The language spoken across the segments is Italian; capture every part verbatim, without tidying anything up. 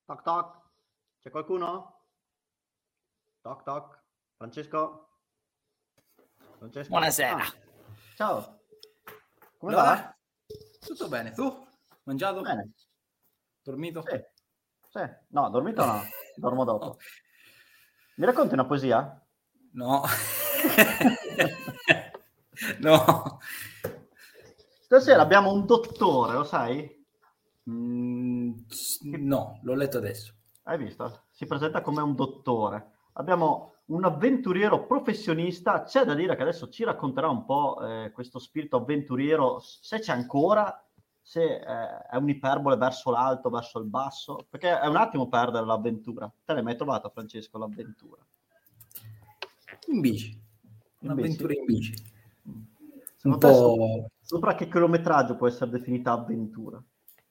Toc toc, c'è qualcuno? Toc toc, Francesco? Francesco? Buonasera. Ah, ciao. Come allora, va? Tutto bene, tu? Mangiato? Bene. Dormito? Sì, sì. No, dormito no, dormo dopo. Mi racconti una poesia? No. No. Stasera abbiamo un dottore, lo sai? Mm, no, l'ho letto adesso. Hai visto? Si presenta come un dottore. Abbiamo un avventuriero professionista. C'è da dire che adesso ci racconterà un po' eh, questo spirito avventuriero, se c'è ancora, se eh, è un'iperbole verso l'alto, verso il basso, perché è un attimo perdere l'avventura. Te l'hai mai trovata, Francesco, l'avventura? In bici. In Un'avventura bici? in bici. Secondo Un te po'... sopra, sopra che chilometraggio può essere definita avventura?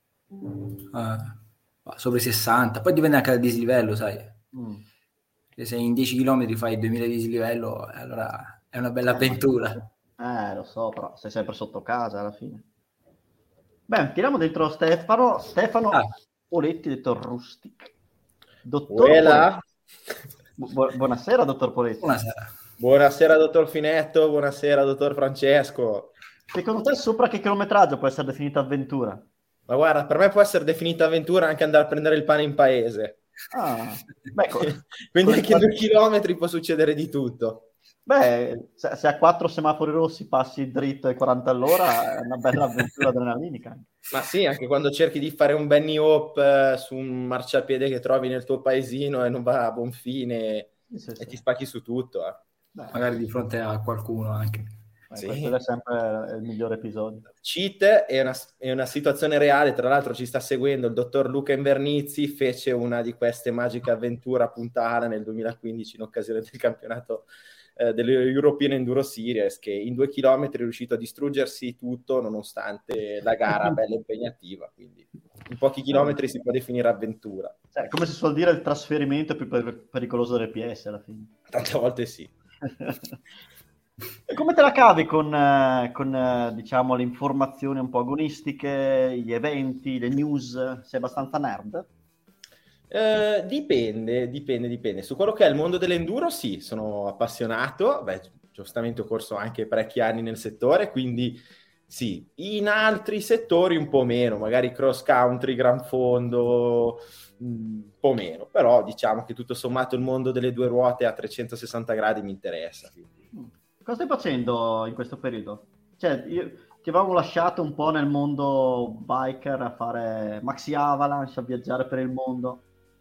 Uh, sopra i sessanta. Poi dipende anche dal dislivello, sai. Mm. Se in dieci chilometri fai duemila di dislivello, allora è una bella eh, avventura. Eh, lo so, però sei sempre sotto casa alla fine. Beh, tiriamo dentro Stefano. Stefano ah. Poletti, detto Rustic. Dottor Poletti. Bu- buonasera, dottor Poletti. Buonasera. Buonasera, dottor Finetto. Buonasera, dottor Francesco. Secondo te sopra che chilometraggio può essere definita avventura? Ma guarda, per me può essere definita avventura anche andare a prendere il pane in paese. Ah, beh, co- quindi anche in due chilometri può succedere di tutto. Beh, se, se a quattro semafori rossi passi dritto ai quaranta all'ora è una bella avventura adrenalinica. Ma sì, anche quando cerchi di fare un bunny hop eh, su un marciapiede che trovi nel tuo paesino e non va a buon fine sì, sì, e sì. ti spacchi su tutto. Eh. Beh, magari di fronte a qualcuno anche. Eh, sì. Questo è sempre il migliore episodio. Cheat è una, è una situazione reale, tra l'altro ci sta seguendo il dottor Luca Invernizzi, fece una di queste magiche avventure a Punta Cana nel duemilaquindici in occasione del campionato eh, dell'European Enduro Series, che in due chilometri è riuscito a distruggersi tutto nonostante la gara bella impegnativa, quindi in pochi chilometri si può definire avventura. Cioè, come si suol dire, il trasferimento è più per- pericoloso delle P S alla fine. Tante volte sì. Come te la cavi con, eh, con eh, diciamo, le informazioni un po' agonistiche, gli eventi, le news? Sei abbastanza nerd? Eh, dipende, dipende, dipende. Su quello che è il mondo dell'enduro, sì, sono appassionato. Beh, giustamente ho corso anche parecchi anni nel settore, quindi sì. In altri settori un po' meno, magari cross country, gran fondo, un po' meno. Però diciamo che tutto sommato il mondo delle due ruote a trecentosessanta gradi mi interessa. Quindi. Cosa stai facendo in questo periodo? Cioè, io, ti avevamo lasciato un po' nel mondo biker a fare maxi avalanche, a viaggiare per il mondo.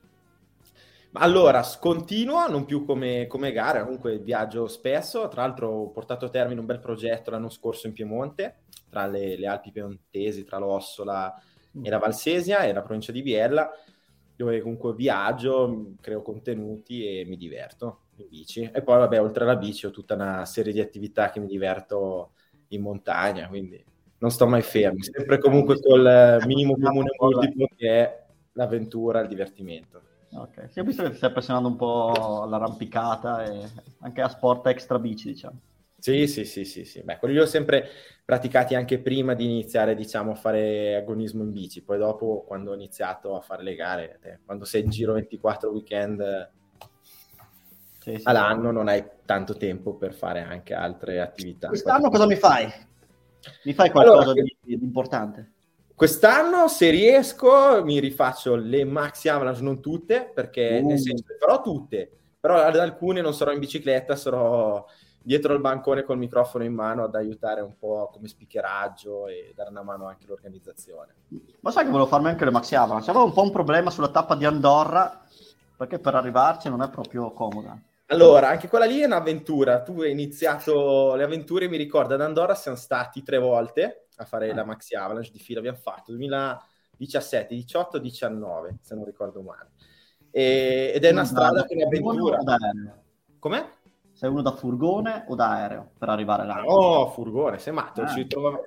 Allora, continuo, non più come, come gara, comunque viaggio spesso. Tra l'altro ho portato a termine un bel progetto l'anno scorso in Piemonte, tra le, le Alpi Piemontesi, tra l'Ossola e la Valsesia e la provincia di Biella, dove comunque viaggio, creo contenuti e mi diverto in bici. E poi vabbè, oltre alla bici ho tutta una serie di attività che mi diverto in montagna, quindi non sto mai fermo, sempre comunque col minimo comune multiplo che è l'avventura, il divertimento. Ok, sì, ho visto che ti stai appassionando un po' all'arrampicata e anche a sport extra bici, diciamo. Sì, sì, sì, sì, sì. Beh, quelli li ho sempre praticati anche prima di iniziare, diciamo, a fare agonismo in bici. Poi dopo, quando ho iniziato a fare le gare, te, quando sei in giro ventiquattro weekend sì, sì, all'anno, sì. Non hai tanto tempo per fare anche altre attività. Quest'anno cosa mi fai? Mi fai qualcosa allora, di, di importante? Quest'anno, se riesco, mi rifaccio le maxi avalanche, non tutte, perché uh. nel senso, farò tutte, però ad alcune non sarò in bicicletta, sarò dietro il bancone col microfono in mano ad aiutare un po' come speakeraggio e dare una mano anche all'organizzazione. Ma sai che volevo farmi anche le maxi avalanche? Avevo un po' un problema sulla tappa di Andorra, perché per arrivarci non è proprio comoda. Allora, anche quella lì è un'avventura. Tu hai iniziato le avventure, mi ricordo, ad Andorra siamo stati tre volte a fare ah. la maxi avalanche di fila, abbiamo fatto duemiladiciassette, diciotto, diciannove, se non ricordo male. E, ed è una strada che è un'avventura. Come? Sei uno da furgone o da aereo per arrivare là? No, furgone, sei matto. Ah, ci trovavamo...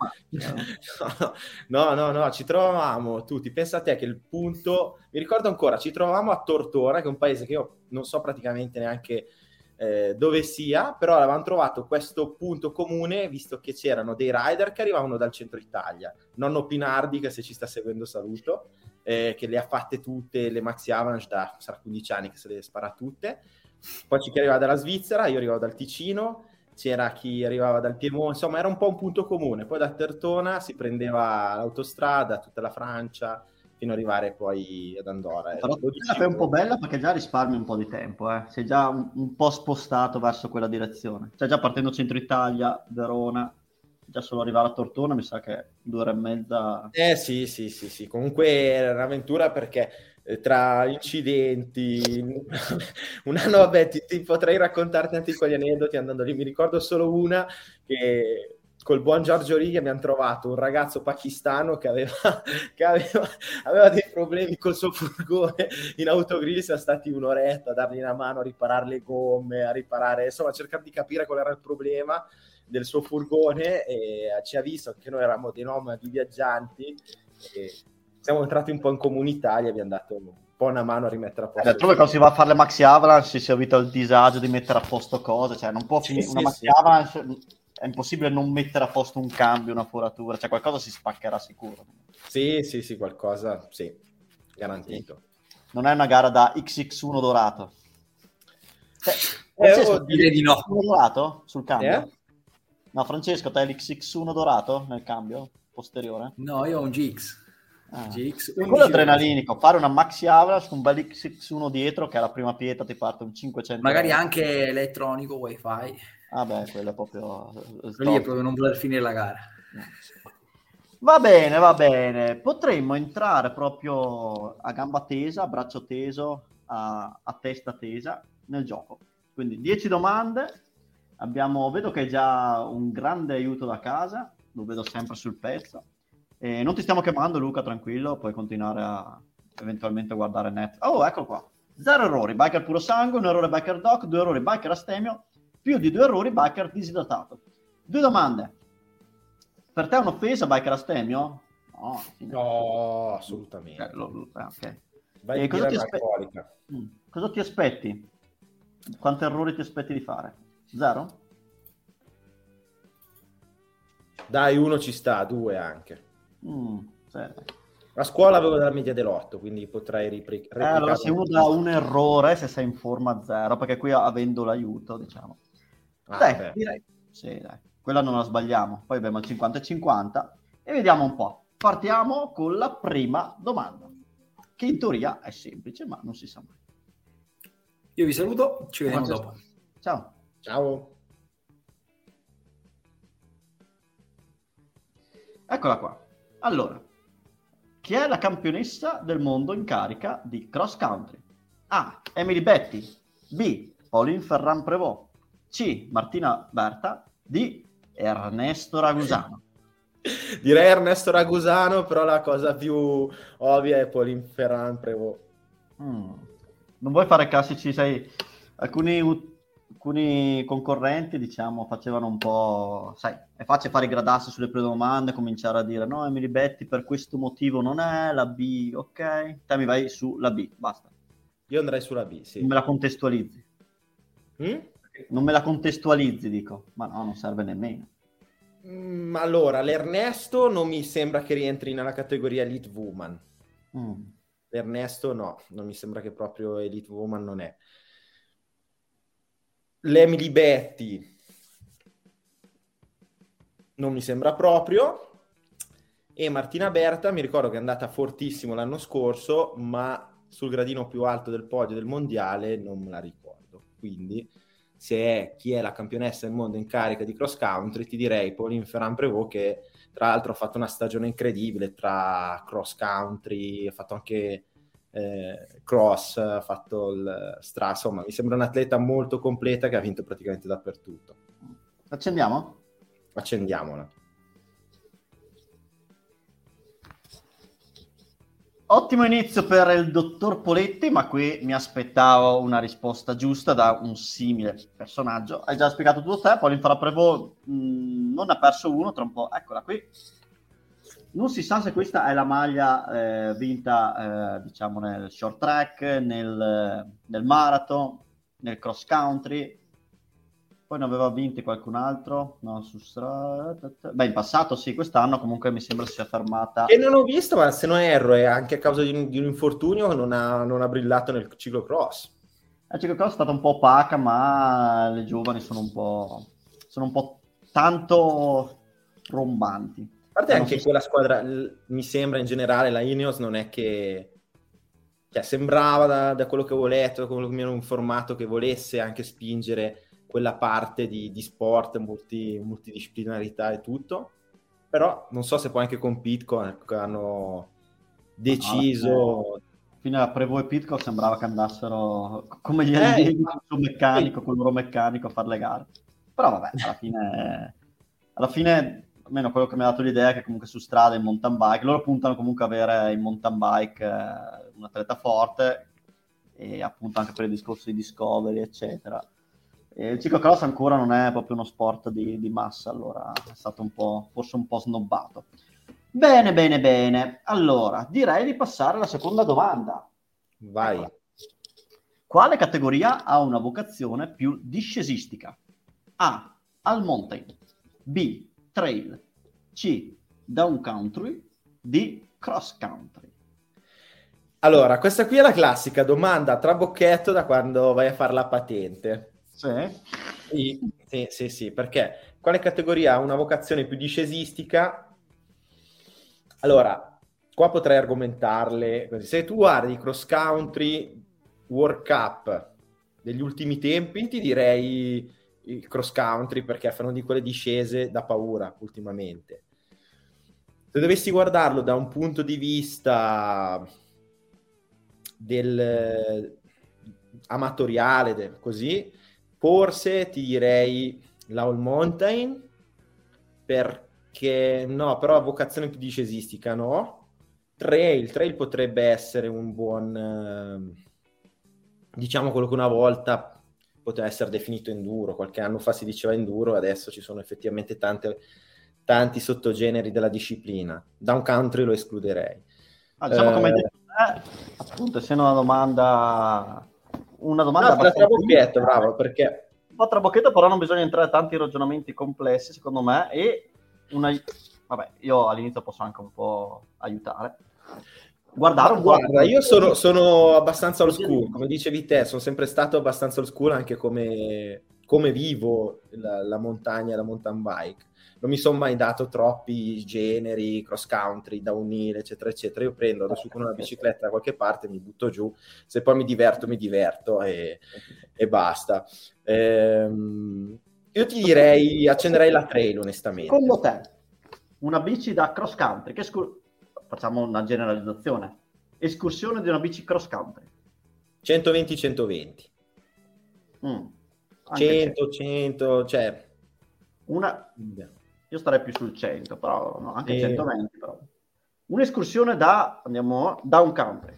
no, no, no, ci trovavamo tutti. Pensa a te che il punto... Mi ricordo ancora, ci trovavamo a Tortora, che è un paese che io non so praticamente neanche eh, dove sia, però avevamo trovato questo punto comune, visto che c'erano dei rider che arrivavano dal centro Italia. Nonno Pinardi, che se ci sta seguendo saluto, eh, che le ha fatte tutte, le maxi avalanche da sarà quindici anni che se le spara tutte. Poi c'è chi arrivava dalla Svizzera, io arrivavo dal Ticino, c'era chi arrivava dal Piemonte, insomma era un po' un punto comune. Poi da Tortona si prendeva l'autostrada, tutta la Francia, fino ad arrivare poi ad Andorra. Però è un po' bella perché già risparmi un po' di tempo, eh. Sei già un, un po' spostato verso quella direzione. Cioè già partendo centro Italia, Verona, già solo arrivare a Tortona mi sa che due ore e mezza. Eh sì, sì, sì, sì. Comunque era un'avventura perché eh, tra incidenti, un anno, vabbè, ti, ti potrei raccontare tanti quegli aneddoti andando lì. Mi ricordo solo una che col buon Giorgio Righi abbiamo trovato un ragazzo pakistano che aveva, che aveva, aveva dei problemi col suo furgone in autogrill, siamo stati un'oretta a dargli una mano a riparare le gomme, a riparare, insomma, a cercare di capire qual era il problema del suo furgone, e ci ha visto che noi eravamo dei nomadi viaggianti e siamo entrati un po' in comunità e gli abbiamo dato un po' una mano a rimettere a posto. Eh, quando si va a fare le maxi avalanche si è avuto il disagio di mettere a posto cose, cioè non può Sì, finire sì, una maxi sì. avalanche, è impossibile non mettere a posto un cambio, una foratura, cioè qualcosa si spaccherà sicuro. Sì, sì, sì, qualcosa, sì, garantito. Sì. Non è una gara da X X uno dorato. Cioè, Eh, Francesco, oh, direi di no. uno dorato sul cambio? Eh? No, Francesco, te hai l'X X uno dorato nel cambio posteriore? No, io ho un G X. Ah. G X Quello è adrenalinico, fare una maxi avalanche con un bel X X uno dietro che alla prima pietra ti parte un cinquecento. Magari anche elettronico, wifi. Ah beh, quello è proprio... Lì è proprio non voler finire la gara. Va bene, va bene. Potremmo entrare proprio a gamba tesa, a braccio teso, a, a testa tesa nel gioco. Quindi dieci domande. Abbiamo, vedo che hai già un grande aiuto da casa, lo vedo sempre sul pezzo. E non ti stiamo chiamando, Luca, tranquillo, puoi continuare a eventualmente guardare net. Oh, ecco qua. Zero errori, biker puro sangue, un errore biker doc, due errori biker astemio, più di due errori biker disidratato. Due domande. Per te è un'offesa biker astemio? No, no, assolutamente. Eh, lo, lo, eh, okay. Vai E cosa ti, aspe- mm. cosa ti aspetti? Quanti errori ti aspetti di fare? Zero? Dai, uno ci sta, due anche. Mm, sì. A scuola avevo della media dell'otto, quindi potrei ripri- eh, allora se uno dà un errore, se sei in forma zero, perché qui avendo l'aiuto, diciamo. Ah, dai, beh. direi. Sì, dai. Quella non la sbagliamo. Poi abbiamo il cinquanta e cinquanta e vediamo un po'. Partiamo con la prima domanda, che in teoria è semplice, ma non si sa mai. Io vi saluto, ci vediamo dopo. Ciao. Ciao. Eccola qua. Allora, chi è la campionessa del mondo in carica di cross country? A. Emily Betty. B. Pauline Ferrand-Prévot. C. Martina Berta. D. Ernesto Ragusano. Direi Ernesto Ragusano, però la cosa più ovvia è Pauline Ferrand-Prévot. Mm. Non vuoi fare classici, sai, alcuni, alcuni concorrenti, diciamo, facevano un po', sai, è facile fare i gradassi sulle prime domande, cominciare a dire no, Emily Betty per questo motivo non è, la B, ok? Te mi vai sulla B, basta. Io andrei sulla B, sì. Non me la contestualizzi. Mm? Non me la contestualizzi, dico, ma no, non serve nemmeno. Mm, allora, l'Ernesto non mi sembra che rientri nella categoria Elite Woman. Mm. L'Ernesto no, non mi sembra che proprio Elite Woman non è. L'Emily Betty non mi sembra proprio. E Martina Berta mi ricordo che è andata fortissimo l'anno scorso, ma sul gradino più alto del podio del mondiale non me la ricordo. Quindi se è chi è la campionessa del mondo in carica di cross country, ti direi Pauline Ferrand-Prévot, che tra l'altro ha fatto una stagione incredibile tra cross country, ha fatto anche eh, cross, ha fatto il stra, insomma mi sembra un'atleta molto completa che ha vinto praticamente dappertutto. Accendiamo? Accendiamola. Ottimo inizio per il dottor Poletti, ma qui mi aspettavo una risposta giusta da un simile personaggio. Hai già spiegato tutto te, Pauline Ferrand-Prévot mh, non ha perso uno, tra un po', eccola qui. Non si sa se questa è la maglia eh, vinta, eh, diciamo, nel short track, nel, nel marathon, nel cross country. Poi ne aveva vinti qualcun altro? No, su strada. Beh, in passato sì, quest'anno comunque mi sembra si sia fermata. E non ho visto, ma se non erro, è anche a causa di un, di un infortunio non ha, non ha brillato nel ciclocross. La ciclocross è stata un po' opaca, ma le giovani sono un po', sono un po' tanto rombanti. A parte Eh, anche so quella squadra, l- mi sembra in generale, la Ineos non è che... Cioè, sembrava da, da quello che avevo letto, da quello che mi hanno informato, che volesse anche spingere quella parte di, di sport, multi, multidisciplinarità e tutto. Però non so se poi anche con Pitcock hanno deciso... Fino a Prevost e Pitcock sembrava che andassero come gli Eh, allievi ma- sul meccanico, col loro meccanico a fare le gare. Però vabbè, alla fine, alla fine, almeno quello che mi ha dato l'idea è che comunque su strada in mountain bike, loro puntano comunque a avere in mountain bike eh, un atleta forte e appunto anche per il discorso di discovery, eccetera. E il ciclocross ancora non è proprio uno sport di, di massa, allora è stato un po', forse un po' snobbato. Bene, bene, bene. Allora, direi di passare alla seconda domanda. Vai. Eccola. Quale categoria ha una vocazione più discesistica? A. All mountain. B. Trail. C. Down country. D. Cross country. Allora, questa qui è la classica domanda a trabocchetto da quando vai a fare la patente. Sì. Sì, sì, sì, sì, perché quale categoria ha una vocazione più discesistica? Allora, qua potrei argomentarle così. Se tu guardi cross country World Cup degli ultimi tempi, ti direi il cross country perché fanno di quelle discese da paura ultimamente. Se dovessi guardarlo da un punto di vista del amatoriale, del, così, forse ti direi la All Mountain perché no, però a vocazione più discesistica no. Trail, trail potrebbe essere un buon eh, diciamo quello che una volta poteva essere definito enduro, qualche anno fa si diceva enduro, adesso ci sono effettivamente tante, tanti sottogeneri della disciplina. Down country lo escluderei. Ah, diciamo eh, come hai detto te, appunto, essendo una domanda una domanda no, tra abbastanza trabocchetto, bravo, perché un po' trabocchetto, però non bisogna entrare tanti ragionamenti complessi, secondo me, e una... vabbè, io all'inizio posso anche un po' aiutare. Guardare un guarda, po'... guarda, io sono, sono abbastanza old school, come dicevi te, sono sempre stato abbastanza old school anche come, come vivo la, la montagna e la mountain bike. Non mi sono mai dato troppi generi, cross country, downhill, eccetera, eccetera. Io prendo, vado su con una bicicletta da qualche parte, mi butto giù, se poi mi diverto, mi diverto e, e basta. Ehm, io ti direi, accenderei la trail, onestamente. Secondo te, una bici da cross country, che scur... facciamo una generalizzazione, escursione di una bici cross country. centoventi centoventi. Mm, cento, cento, cioè... Una... Io starei più sul cento, però no, anche e... centoventi. Però. Un'escursione da, andiamo, down country.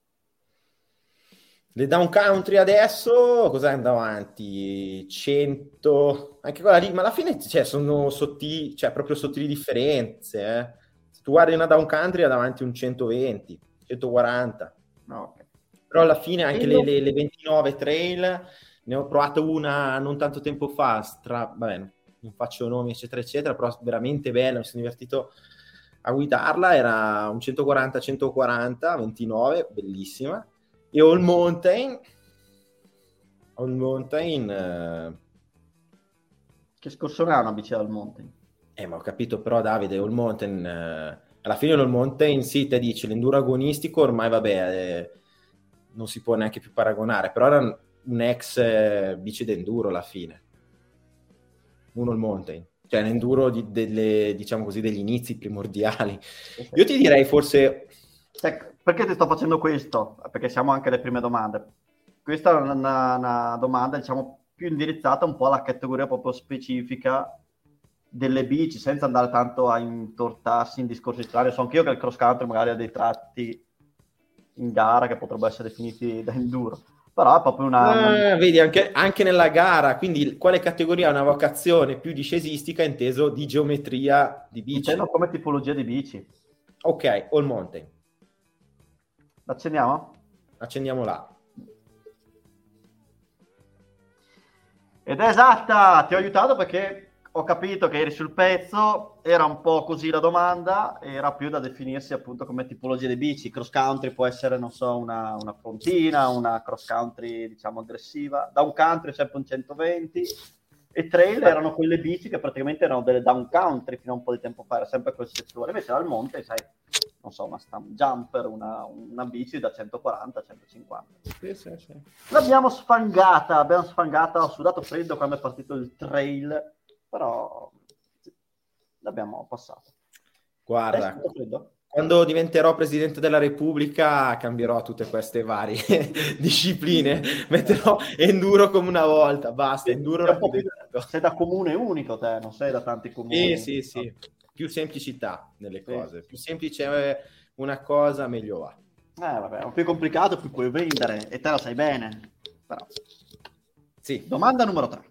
Le down country adesso, cosa andava avanti? cento, anche quella lì, ma alla fine cioè, sono sottili, cioè proprio sottili differenze. Eh. Se tu guardi una down country ha davanti un centoventi, centoquaranta. No, okay. Però alla fine anche le, le, le ventinove trail, ne ho provato una non tanto tempo fa, stra... vabbè, non faccio nomi eccetera eccetera, però veramente bella, mi sono divertito a guidarla, era un centoquaranta centoquaranta, ventinove, bellissima. E All Mountain All Mountain eh... che escursione ha una bici All Mountain? Eh, ma ho capito, però Davide, All Mountain eh... alla fine All Mountain sì, te dici, l'enduro agonistico ormai vabbè eh... non si può neanche più paragonare, però era un ex eh, bici d'enduro alla fine, un All Mountain, cioè un enduro di, delle, diciamo così, degli inizi primordiali. Io ti direi forse... Ecco, perché ti sto facendo questo? Perché siamo anche alle prime domande. Questa è una, una domanda, diciamo, più indirizzata un po' alla categoria proprio specifica delle bici, senza andare tanto a intortarsi in discorsi strani. So anch'io che il cross country magari ha dei tratti in gara che potrebbero essere definiti da enduro, però è proprio una... Ah, vedi, anche, anche nella gara, quindi quale categoria ha una vocazione più discesistica inteso di geometria di bici? Intendo come tipologia di bici. Ok, All Mountain. L'accendiamo? Accendiamo là. Ed è esatta, ti ho aiutato perché ho capito che eri sul pezzo, era un po' così la domanda, era più da definirsi appunto come tipologia di bici. Cross country può essere, non so, una, una frontina, una cross country diciamo aggressiva, down country sempre un centoventi, e trail erano quelle bici che praticamente erano delle down country fino a un po' di tempo fa, era sempre quel settore. Invece dal monte, sai, non so, una stamp jumper, una, una bici da centoquaranta centocinquanta. Sì, sì, sì. L'abbiamo sfangata, abbiamo sfangata, ho sudato freddo quando è partito il trail, però l'abbiamo passato. Guarda, quando diventerò Presidente della Repubblica cambierò tutte queste varie discipline, metterò enduro come una volta, basta, enduro sei, più, sei da comune unico te, non sei da tanti comuni. Sì, sì, sì, più semplicità nelle cose, sì. Più semplice una cosa meglio va. Eh vabbè, più complicato più puoi vendere, e te lo sai bene, però. Sì. Domanda numero tre.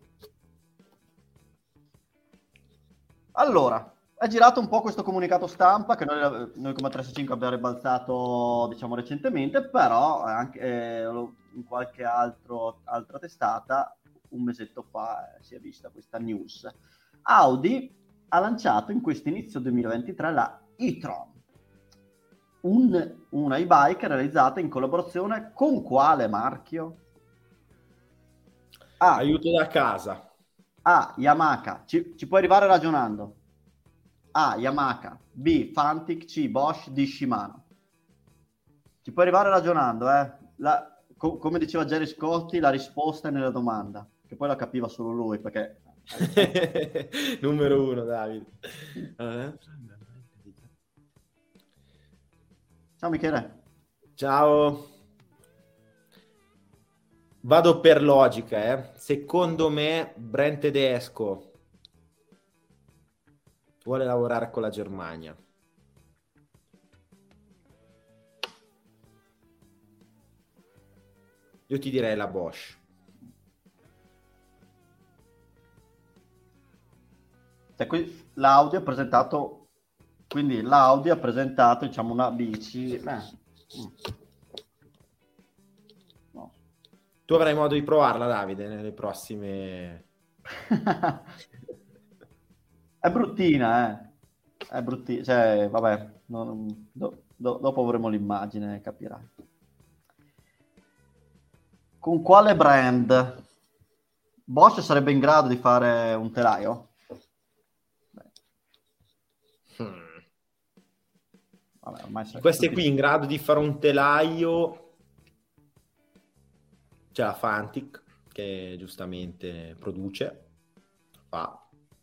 Allora, è girato un po' questo comunicato stampa che noi, noi come tre sessantacinque abbiamo ribaltato, diciamo, recentemente, però anche eh, in qualche altro, altra testata un mesetto fa eh, si è vista questa news. Audi ha lanciato in questo inizio duemilaventitré la e-tron, un, una e-bike realizzata in collaborazione con quale marchio? A. Aiuto da casa. A. Yamaha, ci, ci puoi arrivare ragionando. A. Yamaha, B. Fantic, C. Bosch, D. Shimano. Ci puoi arrivare ragionando, eh? La, co- come diceva Gerry Scotti, la risposta è nella domanda, che poi la capiva solo lui, perché... Numero uno, Davide. Ciao Michele. Ciao. Vado per logica, eh. Secondo me brand tedesco vuole lavorare con la Germania. Io ti direi la Bosch. Cioè, qui l'Audi ha presentato, quindi l'Audi ha presentato, diciamo, una bici. Eh. No. Tu avrai modo di provarla, Davide, nelle prossime... È bruttina, eh. È bruttina, cioè, vabbè, non, do, do, dopo avremo l'immagine, capirai. Con quale brand Bosch sarebbe in grado di fare un telaio? Hmm. Vabbè, ormai queste qui in grado di fare un telaio c'è la Fantic che giustamente produce, fa.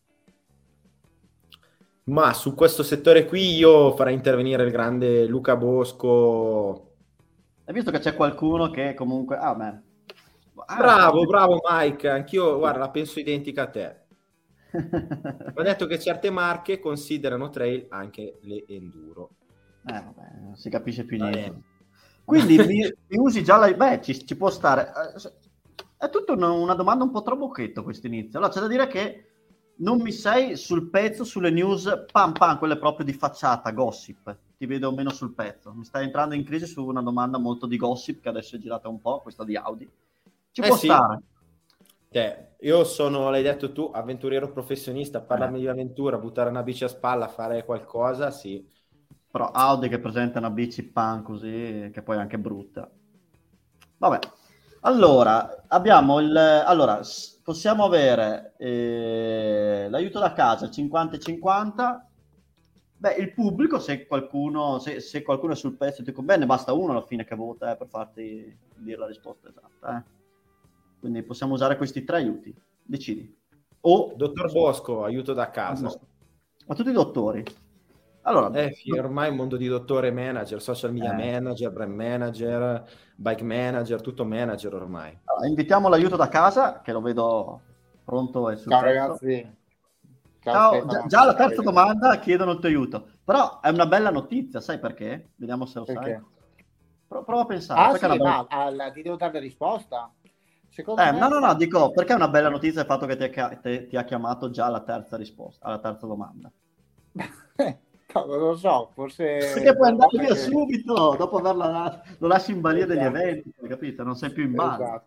Ma su questo settore qui io farei intervenire il grande Luca Bosco. Hai visto che c'è qualcuno che comunque ah, beh. Ah, bravo, bravo Mike, anch'io guarda la penso identica a te. Ho detto che certe marche considerano trail anche le enduro. Eh vabbè, non si capisce più niente. Quindi mi, mi usi già la... Beh, ci, ci può stare. È tutta una, una domanda un po' trabocchetto questo inizio. Allora, c'è da dire che non mi sei sul pezzo sulle news pam pam, quelle proprio di facciata, gossip. Ti vedo meno sul pezzo. Mi stai entrando in crisi su una domanda molto di gossip, che adesso è girata un po', questa di Audi. Ci eh può sì. stare. Cioè, io sono, l'hai detto tu, avventuriero professionista, parlarmi eh. di avventura, buttare una bici a spalla, fare qualcosa, sì. Però Audi che presenta una bici pan così, che poi è anche brutta. Vabbè. Allora, abbiamo il... Allora, possiamo avere eh, l'aiuto da casa, cinquanta e cinquanta. Beh, il pubblico, se qualcuno, se, se qualcuno è sul pezzo e ti conviene, basta uno alla fine che vota eh, per farti dire la risposta esatta. Eh. Quindi possiamo usare questi tre aiuti. Decidi. O dottor Bosco, aiuto da casa. No. Ma tutti i dottori. Allora, eh, sì, ormai il mondo di dottore manager, social media eh. manager, brand manager, bike manager, tutto manager ormai. Allora, invitiamo l'aiuto da casa, che lo vedo pronto e sul Ciao pezzo. ragazzi. Ciao, Ciao già, già la terza domanda chiedono il tuo aiuto. Però è una bella notizia, sai perché? Vediamo se lo perché? sai. Pro- prova a pensare. Ah sì, bella... ma alla, ti devo dare la risposta? Secondo eh, me... No, no, no, dico, perché è una bella notizia il fatto che ti, ti, ti ha chiamato già alla terza risposta, alla terza domanda. Non lo so, forse... Perché puoi andare via che... subito, dopo averla lo lasci in balia esatto. degli eventi, capito? Non sei più in banda. Esatto.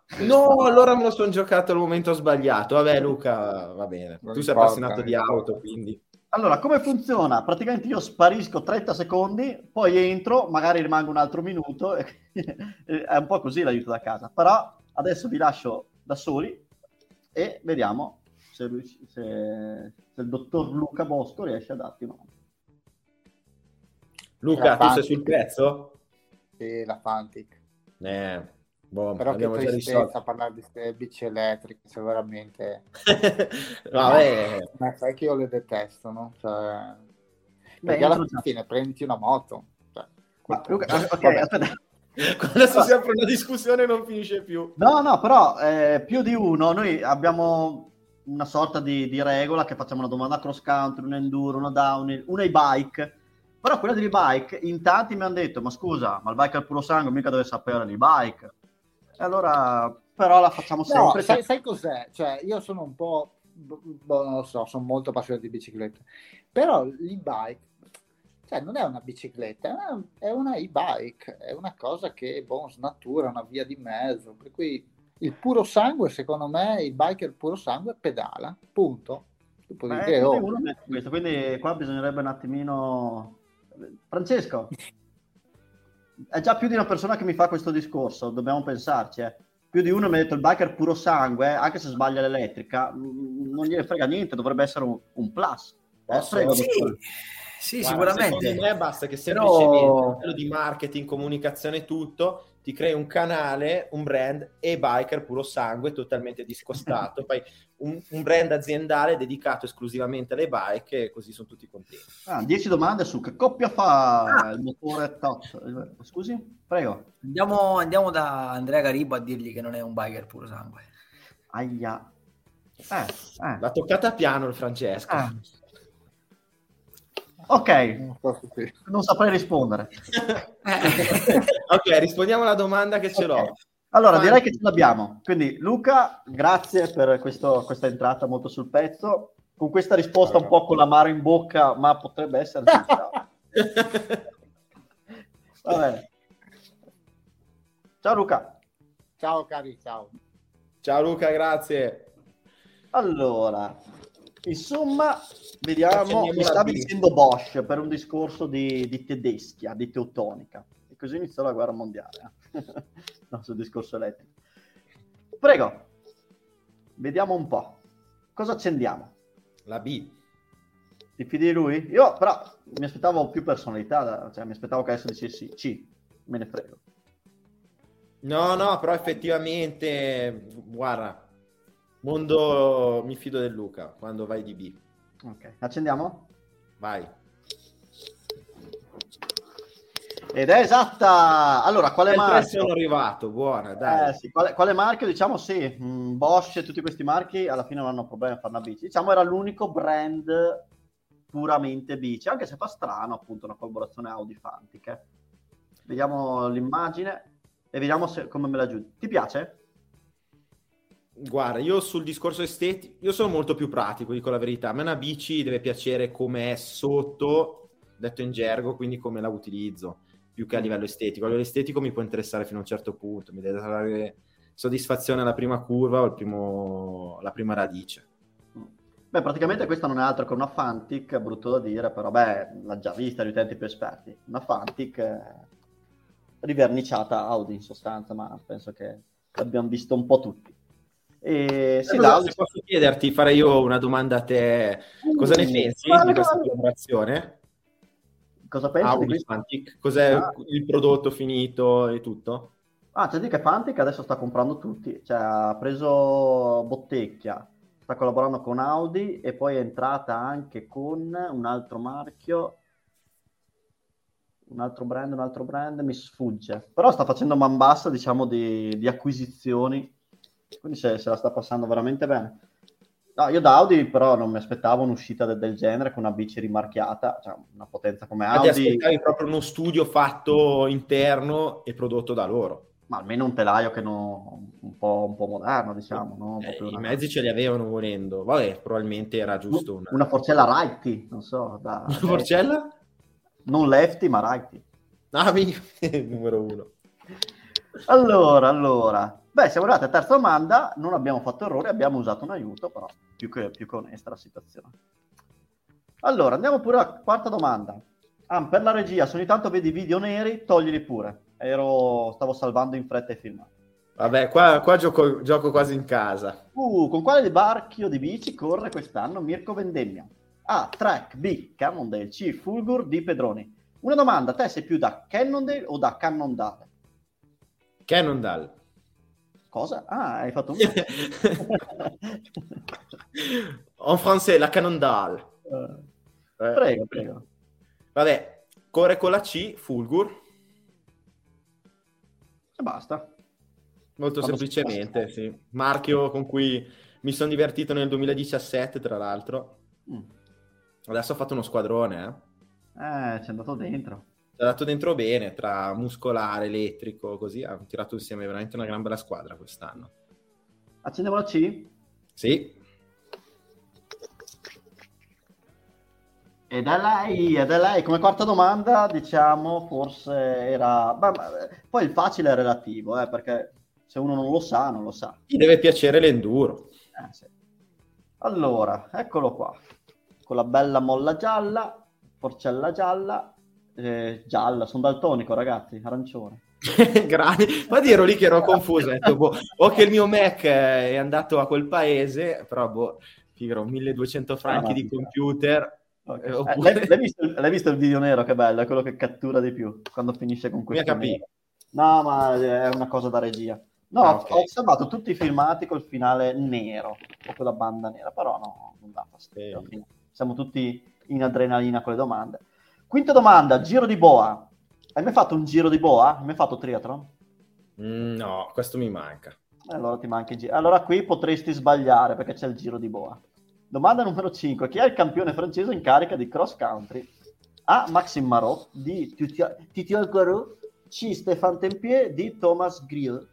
No, allora me lo sono giocato al momento sbagliato. Vabbè, Luca, va bene. Non Tu sei importa, appassionato di non importa. auto, quindi... Allora, come funziona? Praticamente io sparisco trenta secondi, poi entro, magari rimango un altro minuto, e è un po' così l'aiuto da casa. Però adesso vi lascio da soli e vediamo se, riusci- se- se il dottor Luca Bosco riesce a darti una mano. Luca, La tu sei Fantic. sul pezzo? Sì, la Fantic. Eh, boh, Però che abbiamo già tristezza risolto. parlare di queste bici elettriche, cioè veramente... Vabbè, Ma sai che io le detesto, no? Cioè... Beh, Perché alla entro già. fine prenditi una moto. Cioè, Ma, quel Luca, punto. ok, Vabbè. aspetta. adesso si apre una discussione e non finisce più. No, no, però eh, più di uno, noi abbiamo una sorta di, di regola che facciamo una domanda cross country, un enduro, una downhill, una e-bike, però quella dell'e-bike in tanti mi hanno detto, ma scusa, ma il bike al puro sangue mica deve sapere l'e-bike. E allora, però la facciamo sempre. No, sai, sai cos'è? Cioè, io sono un po', boh, non lo so, sono molto appassionato di biciclette, però l'e-bike, cioè, non è una bicicletta, è una, è una e-bike, è una cosa che, boh, snatura, una via di mezzo, per cui il puro sangue, secondo me, il biker puro sangue pedala, punto. Dopodiché, Beh, oh, uno mette questo, quindi qua bisognerebbe un attimino... Francesco, è già più di una persona che mi fa questo discorso, dobbiamo pensarci, eh. Più di uno mi ha detto il biker puro sangue, anche se sbaglia l'elettrica, non gliene frega niente, dovrebbe essere un, un plus. Eh, prego, Sì, dottore. sì, Guarda, sicuramente. secondo me basta che Però- semplicemente a livello di marketing, comunicazione, tutto, ti crei un canale, un brand e biker puro sangue totalmente discostato, poi un, un brand aziendale dedicato esclusivamente alle bike e così sono tutti contenti. Ah, dieci domande su che coppia fa il motore top. Scusi? Prego. Andiamo, andiamo da Andrea Garibo a dirgli che non è un biker puro sangue. Aia. Eh, eh. L'ha toccata piano il Francesco. Ah. Ok, non so se sì. non saprei rispondere. Ok, rispondiamo alla domanda che ce Ok. l'ho. Allora, Fanti. direi che ce l'abbiamo. Quindi, Luca, grazie per questo, questa entrata molto sul pezzo. Con questa risposta un po' con l'amaro in bocca, ma potrebbe essere giusta. Va bene. Ciao Luca. Ciao cari, ciao. Ciao Luca, grazie. Allora, insomma, vediamo, Accendiamo mi la stavi B. dicendo Bosch per un discorso di, di tedeschia, di teutonica. E così iniziò la guerra mondiale. eh. No, sul discorso elettrico. Prego, vediamo un po'. Cosa accendiamo? La B. Ti fidi di lui? Io però mi aspettavo più personalità, cioè mi aspettavo che adesso dicessi C, me ne frego. No, no, però effettivamente, guarda, mondo mi fido del Luca quando vai di B. Ok, accendiamo? Vai. Ed è esatta! Allora, quale Nel tre marchio? sono arrivato, buona, dai. Eh, sì. quale, quale marchio? Diciamo sì, mm, Bosch e tutti questi marchi alla fine non hanno problemi a fare una bici. Diciamo era l'unico brand puramente bici, anche se fa strano appunto una collaborazione Audi-Fantic. eh. Vediamo l'immagine e vediamo se, come me la giudichi. Ti piace? Guarda, io sul discorso estetico, io sono molto più pratico, dico la verità. A me una bici deve piacere come è sotto, detto in gergo, quindi come la utilizzo, più che a livello estetico. A livello estetico mi può interessare fino a un certo punto, mi deve dare soddisfazione alla prima curva o al primo, alla prima radice. Beh, praticamente questa non è altro che una Fantic, è brutto da dire, però beh, l'ha già vista gli utenti più esperti. Una Fantic eh, riverniciata Audi in sostanza, ma penso che l'abbiamo visto un po' tutti. E sì, Allora, l'Audi... se posso chiederti, farei io una domanda a te, cosa ne Mm, pensi vale, di questa vale. collaborazione? Cosa pensi di Audi questo? Fantic, cos'è Ah. il prodotto finito e tutto? Ah, c'è di che Fantic adesso sta comprando tutti, cioè ha preso Bottecchia, sta collaborando con Audi e poi è entrata anche con un altro marchio, un altro brand, un altro brand, mi sfugge, però sta facendo man bassa, diciamo, di, di acquisizioni, quindi se, se la sta passando veramente bene. No, io da Audi però non mi aspettavo un'uscita de- del genere con una bici rimarchiata, cioè una potenza come Ah, ti Audi, aspettavi proprio uno studio fatto interno e prodotto da loro. ma almeno un telaio che no, un po', un po' moderno, diciamo, no? Un po' Eh, più I una- mezzi ce li avevano volendo. Vabbè, probabilmente era giusto una, una forcella righty, non so, da, una forcella? non lefty ma righty. Ah, mi... numero uno. Allora, allora, Beh, siamo arrivati a terza domanda, non abbiamo fatto errori, abbiamo usato un aiuto, però più che, più che onesta la situazione. Allora, andiamo pure alla quarta domanda. Ah, per la regia, se ogni tanto vedi video neri, toglili pure. Ero, stavo salvando in fretta i filmati. Vabbè, qua, qua gioco, gioco quasi in casa. Uh, con quale barchio di bici corre quest'anno Mirko Vendemmia? A. Trek. B. Cannondale. C. Fulgur. D. Pedroni. Una domanda, te sei più da Cannondale o da Cannondale? Cannondale. Cosa? Ah, hai fatto un... En français, la Cannondale. Uh, prego, eh. prego. Vabbè, corre con la C, Fulgur. E basta. Molto Quando semplicemente, sì. Marchio con cui mi sono divertito nel duemiladiciassette, tra l'altro. Mm. Adesso ho fatto uno squadrone, eh. Eh, ci è andato dentro. Ci è andato dentro bene, tra muscolare, elettrico, così. Ha tirato insieme veramente una gran bella squadra quest'anno. Accendiamo la C? Sì. Ed è lei, ed è lei. Come quarta domanda, diciamo, forse era... Beh, ma... Poi il facile è relativo, eh, perché se uno non lo sa, non lo sa. Ti deve piacere l'enduro. Eh, sì. Allora, eccolo qua. Con la bella molla gialla, forcella gialla, eh, gialla, sono daltonico, ragazzi, arancione. Grandi. Ma ero lì che ero confuso, detto, boh, o che il mio Mac è andato a quel paese, però boh, figaro, milleduecento franchi ah, di computer. Okay. Eh, oppure... eh, l'hai, l'hai, visto, l'hai visto il video nero? Che bello, è quello che cattura di più quando finisce con questo. Mi no, ma è una cosa da regia. No, ah, okay. Ho osservato tutti i filmati col finale nero o con la banda nera, però no, non dà fastidio. Okay. Siamo tutti in adrenalina con le domande. Quinta domanda, giro di boa. Hai mai fatto un giro di boa? Hai mai fatto triathlon? Mm, no, questo mi manca. Allora ti manca il giro. Allora qui potresti sbagliare perché c'è il giro di boa. Domanda numero cinque. Chi è il campione francese in carica di cross country? A. Maxime Marot. D. Titiol Corot. C. Stéphane Tempier. D. Thomas Grill.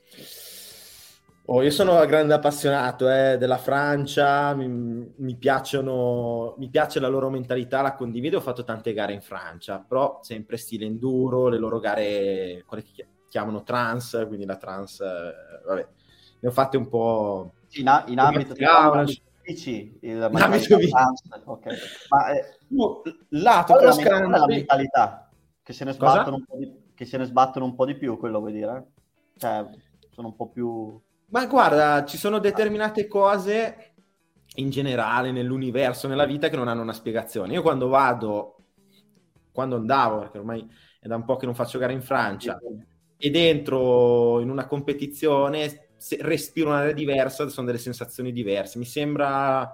Oh, io sono grande appassionato eh, della Francia, mi, mi piacciono, mi piace la loro mentalità, la condivido, ho fatto tante gare in Francia, però sempre stile enduro, le loro gare, quelle che chiamano trans, quindi la trans, eh, vabbè, ne ho fatte un po'... In, a, in ambito bici, il okay. Ma eh, no, lato qual è la, la mentalità che se ne sbattono un po' di, che se ne sbattono un po' di più, quello vuol dire, eh? Cioè sono un po' più... Ma guarda, ci sono determinate cose in generale nell'universo, nella vita, che non hanno una spiegazione. Io quando vado, quando andavo, perché ormai è da un po' che non faccio gare in Francia, e dentro in una competizione respiro un'area diversa, sono delle sensazioni diverse. Mi sembra...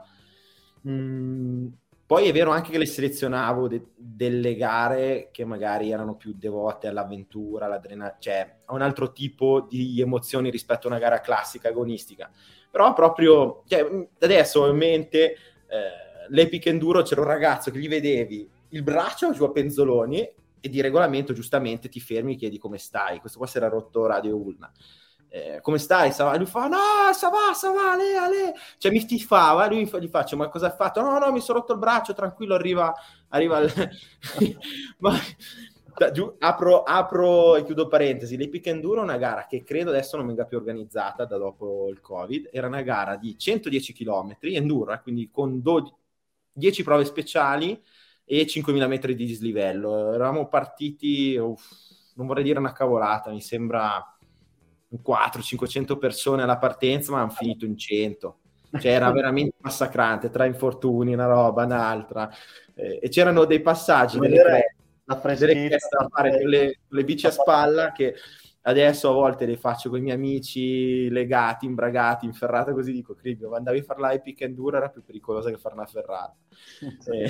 Mh, poi è vero anche che le selezionavo de- delle gare che magari erano più devote all'avventura, all'adrenalina, cioè a un altro tipo di emozioni rispetto a una gara classica agonistica. Però proprio, cioè, adesso ho in mente eh, l'Epic Enduro, c'era un ragazzo che gli vedevi il braccio giù a penzoloni e di regolamento giustamente ti fermi e chiedi come stai. Questo qua si era rotto Radio Ulna. Eh, come stai? E lui fa, no, ça va, ça va, ale, ale. Cioè mi tifava, lui gli faccio, ma cosa hai fatto? No, no, mi sono rotto il braccio, tranquillo, arriva, arriva il... ma, giù, apro, apro e chiudo parentesi, l'Epic Enduro è una gara che credo adesso non venga più organizzata da dopo il Covid, era una gara di centodieci chilometri, enduro, eh, quindi con dodici, dieci prove speciali e cinquemila metri di dislivello. Eravamo partiti, uff, non vorrei dire una cavolata, mi sembra... quattrocento cinquecento persone alla partenza, ma hanno finito in cento. Cioè era veramente massacrante, tra infortuni, una roba, un'altra. Eh, e c'erano dei passaggi delle creste, delle creste da fare con le, con le bici a spalla che adesso a volte le faccio con i miei amici legati, imbragati, in ferrata, così dico, Cribio, ma andavi a fare la Epic Enduro era più pericolosa che fare una ferrata. e,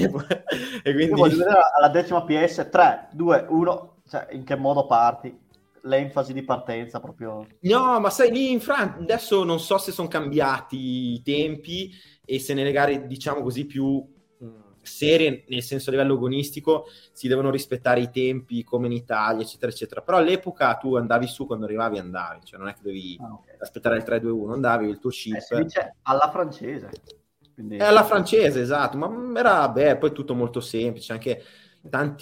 e quindi... Io voglio vedere alla decima P S, tre, due, uno, cioè in che modo parti? L'enfasi di partenza proprio. No, ma sai, lì in Francia adesso non so se sono cambiati i tempi e se nelle gare, diciamo così, più mh, serie, nel senso a livello agonistico, si devono rispettare i tempi come in Italia, eccetera, eccetera. Però all'epoca tu andavi su, quando arrivavi andavi, cioè non è che dovevi ah, okay. aspettare il tre due uno, andavi, il tuo chip. Eh, si dice alla francese. Quindi... È alla francese, esatto, ma era, beh, poi tutto molto semplice, anche...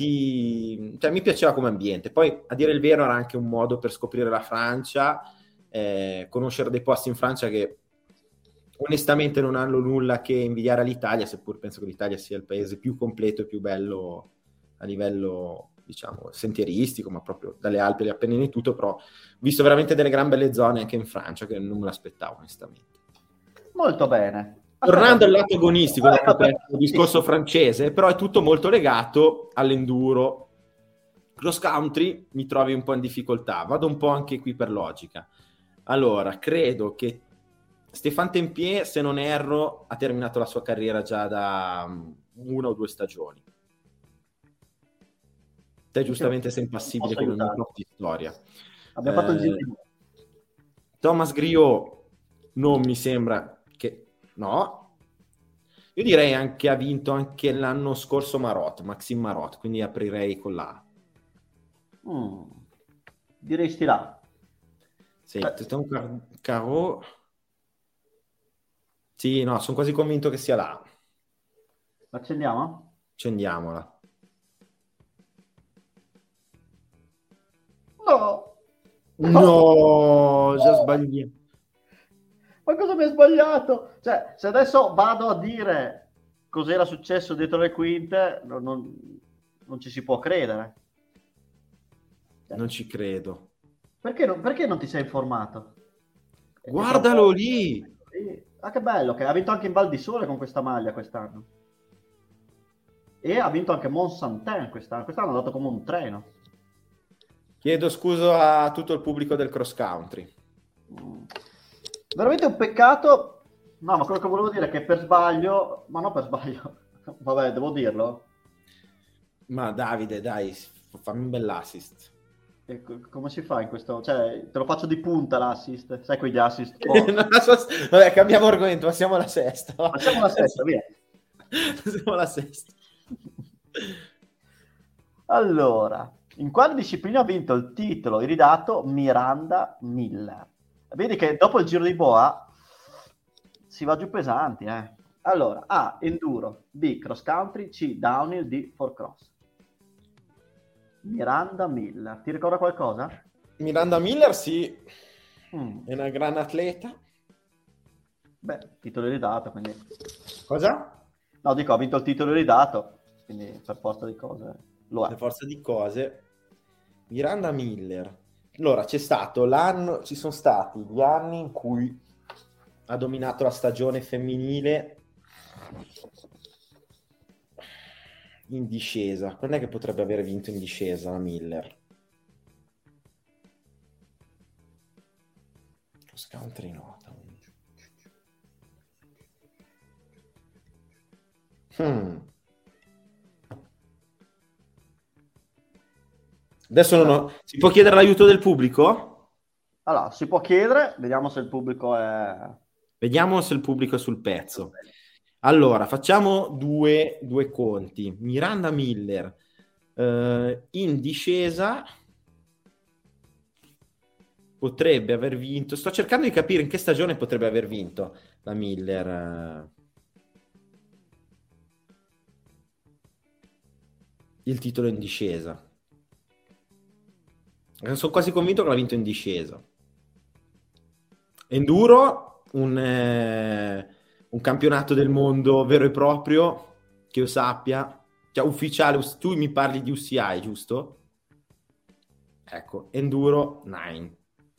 tanti, cioè mi piaceva come ambiente. Poi a dire il vero era anche un modo per scoprire la Francia, eh, conoscere dei posti in Francia che onestamente non hanno nulla che invidiare all'Italia, seppur penso che l'Italia sia il paese più completo e più bello a livello, diciamo, sentieristico, ma proprio dalle Alpi agli Appennini e tutto, però ho visto veramente delle gran belle zone anche in Francia che non me l'aspettavo onestamente. Molto bene. Tornando al lato agonistico, dopo questo discorso francese, però è tutto molto legato all'enduro. Cross country mi trovi un po' in difficoltà, vado un po' anche qui per logica. Allora, credo che Stéphane Tempier, se non erro, ha terminato la sua carriera già da um, una o due stagioni. Te giustamente sei impassibile con ogni propria storia. Abbiamo eh, fatto il giro di... Thomas Griot non mi sembra che... No. Io direi anche ha vinto anche l'anno scorso Marot, Maxime Marot, quindi aprirei con l'A. Mm. Direi stirà. Sì, eh. Car- Caro... Sì, no, sono quasi convinto che sia là. Accendiamo? Accendiamola. No! No, già sbagliato. Ma cosa mi hai sbagliato? Cioè, se adesso vado a dire cos'era successo dietro le quinte, non, non, non ci si può credere. Cioè, non ci credo. Perché non, perché non ti sei informato? Guardalo proprio... lì! Sì. Ah, che bello, che ha vinto anche in Val di Sole con questa maglia quest'anno. E ha vinto anche Mont Saint-Étienne quest'anno. Quest'anno è andato come un treno. Chiedo scusa a tutto il pubblico del cross country. Mm. Veramente un peccato. No, ma quello che volevo dire è che per sbaglio, ma non per sbaglio, vabbè, devo dirlo. Ma Davide, dai, fammi un bell'assist. E come si fa in questo? Cioè, te lo faccio di punta l'assist, sai quegli assist? Oh. Vabbè, cambiamo argomento, passiamo alla sesta. Passiamo alla sesta, via. Passiamo alla sesta. Allora, in quale disciplina ha vinto il titolo iridato Miranda Miller? Vedi che dopo il Giro di Boa si va giù pesanti, eh. Allora, A, enduro, B, cross country, C, downhill, D, four cross. Miranda Miller, ti ricorda qualcosa? Miranda Miller, sì, mm. è una gran atleta. Beh, titolo iridato, quindi... Cosa? No, dico, ha vinto il titolo iridato, quindi per forza di cose lo è. Per forza di cose. Miranda Miller. Allora, c'è stato l'anno, ci sono stati gli anni in cui ha dominato la stagione femminile in discesa. Quando è che potrebbe aver vinto in discesa la Miller? Cross country nota. Hmm. Adesso non ho... Si può chiedere l'aiuto del pubblico? Allora, si può chiedere, vediamo se il pubblico è... Vediamo se il pubblico è sul pezzo. Allora, facciamo due, due conti. Miranda Miller eh, in discesa potrebbe aver vinto. Sto cercando di capire in che stagione potrebbe aver vinto la Miller. Il titolo in discesa. Sono quasi convinto che l'ha vinto in discesa. Enduro, un... Eh... un campionato del mondo vero e proprio, che io sappia, cioè ufficiale. Tu mi parli di U C I, giusto? Ecco, Enduro nove.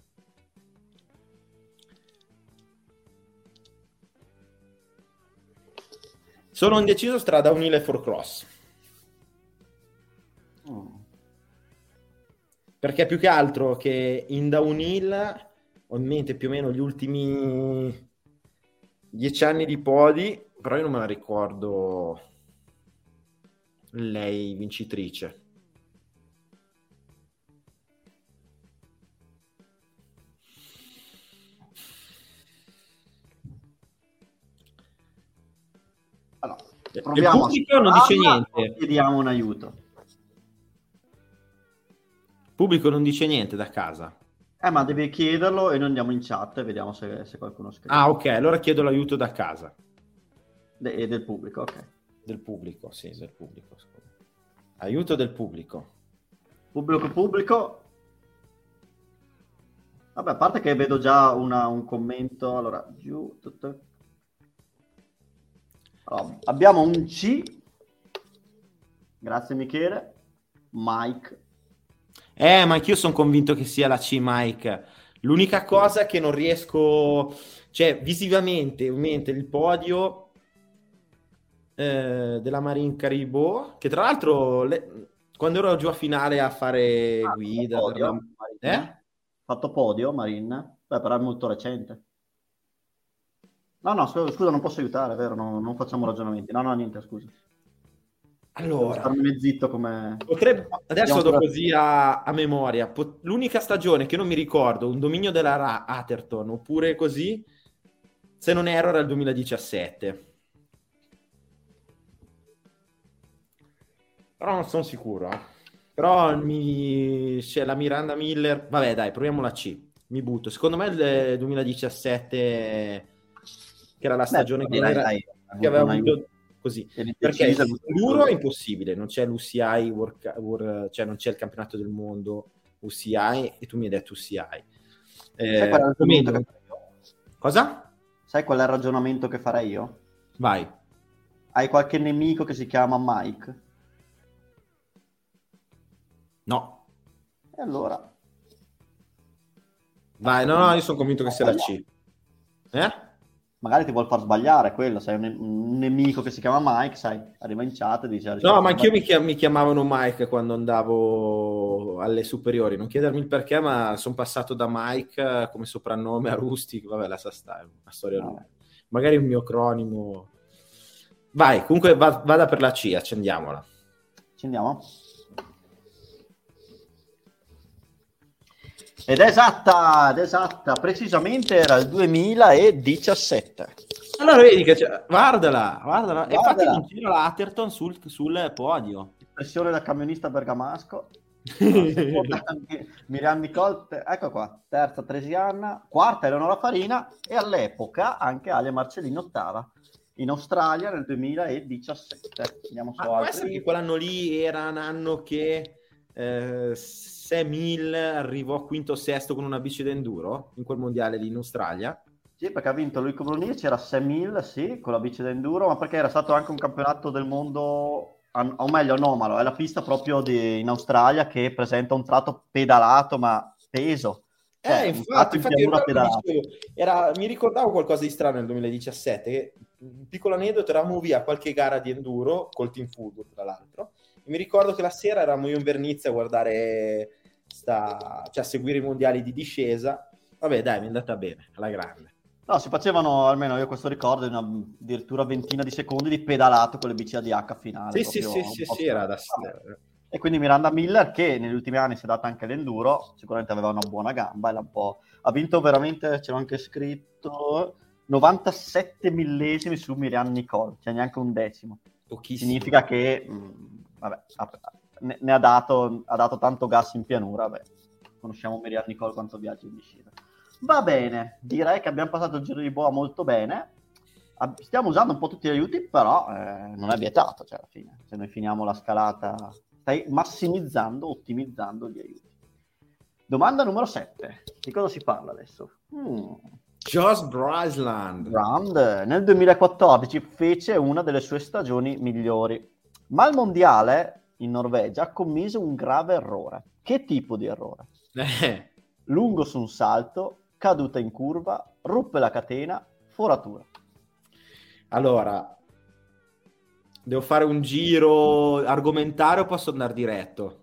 Sono indeciso tra downhill e four cross. Mm. Perché più che altro che in downhill ho in mente più o meno gli ultimi dieci anni di podi, però io non me la ricordo lei vincitrice. Allora, il pubblico non dice niente. Chiediamo un aiuto. Il pubblico non dice niente da casa. Eh, ma devi chiederlo e noi andiamo in chat e vediamo se, se qualcuno scrive. Ah, ok, allora chiedo l'aiuto da casa. De- e del pubblico, ok. Del pubblico, sì, del pubblico. Scusa. Aiuto del pubblico. Pubblico, pubblico. Vabbè, a parte che vedo già una, un commento, allora, giù, tutto... allora, abbiamo un C, grazie Michele, Mike. Eh, ma anch'io sono convinto che sia la C, Mike. L'unica cosa è che non riesco, cioè visivamente, mente il podio eh, della Marine Caribou, che tra l'altro le... quando ero giù a finale a fare ah, guida, podio, per la... eh? Fatto podio, Marin, beh, però è molto recente. No, no, scusa, scusa non posso aiutare, vero? No, non facciamo ragionamenti. No, no, niente, scusa. Allora, starmi zitto come... potrebbe... adesso Andiamo do per... così a, a memoria. Pot... L'unica stagione che non mi ricordo, un dominio della Ra- Atherton, oppure così, se non erro era il duemiladiciassette. Però non sono sicuro. Eh. Però mi... c'è la Miranda Miller. Vabbè, dai, proviamo la C. Mi butto. Secondo me il duemiladiciassette, che era la stagione Beh, che, dai, era... dai, che aveva avuto così. Perché il duro è impossibile, non c'è l'U C I, work... Work... cioè non c'è il campionato del mondo U C I, e tu mi hai detto U C I. Eh, Sai qual è il ragionamento che farei io? Cosa? Sai qual è il ragionamento che farei io? Vai. Hai qualche nemico che si chiama Mike? No. E allora? Vai, no, no, io sono convinto che sia la C. Eh? Magari ti vuol far sbagliare quello, sai, un, un nemico che si chiama Mike, sai, arriva in chat e dice... No, ma anch'io mi, chiam- mi chiamavano Mike quando andavo alle superiori, non chiedermi il perché, ma sono passato da Mike come soprannome a Rusty, vabbè, lascia stare, una storia lunga. Magari un mio acronimo. Vai, comunque va- vada per la C, accendiamola. Accendiamo? Ed è esatta, ed è esatta, precisamente era il duemiladiciassette. Allora vedi che c'è, guardala, guardala, Guardala. infatti non c'era l'Atherton sul, sul podio. Pressione da camionista bergamasco. Miriam Nicole, ecco qua, terza Tresiana, quarta Eleonora Farina e all'epoca anche Alia Marcellini ottava in Australia nel duemiladiciassette. Andiamo su Ma può altri. essere che quell'anno lì era un anno che eh, Sam Hill arrivò quinto o sesto con una bici d'enduro in quel mondiale lì in Australia? Sì, perché ha vinto Loic Brunier, c'era Sam Hill, sì, con la bici d'enduro, ma perché era stato anche un campionato del mondo, o meglio anomalo, è la pista proprio di, in Australia che presenta un tratto pedalato, ma peso. Cioè, Eh, infatti, in infatti io pedalato. dicevo, era, mi ricordavo qualcosa di strano nel duemiladiciassette, che, un piccolo aneddoto, eravamo via a qualche gara di enduro, col Team Food tra l'altro, e mi ricordo che la sera eravamo io in Vernizia a guardare, sta, cioè a seguire i mondiali di discesa. Vabbè dai, mi è andata bene, alla grande. No, si facevano, almeno io questo ricordo, di una addirittura ventina di secondi di pedalato con le bici A D H finale. Sì, sì, sì, sì, sì, era da... E quindi Miranda Miller, che negli ultimi anni si è data anche l'enduro, sicuramente aveva una buona gamba, e un po'... ha vinto veramente, ce l'ho anche scritto, novantasette millesimi su Miriam Nicole, cioè neanche un decimo. Pochissimo. Significa che, mh, vabbè, ne, ne ha, dato, ha dato tanto gas in pianura, vabbè. Conosciamo Miriam Nicole quanto viaggia in discesa. Va bene, direi che abbiamo passato il giro di boa molto bene. Stiamo usando un po' tutti gli aiuti, però eh, non è vietato, cioè alla fine. Se noi finiamo la scalata, stai massimizzando, ottimizzando gli aiuti. Domanda numero sette. Di cosa si parla adesso? Hmm. Jos Bryceland. Brand nel duemilaquattordici fece una delle sue stagioni migliori, ma al mondiale in Norvegia commise un grave errore. Che tipo di errore? Eh. Lungo su un salto, caduta in curva, ruppe la catena, foratura. Allora, devo fare un giro argomentare o posso andare diretto?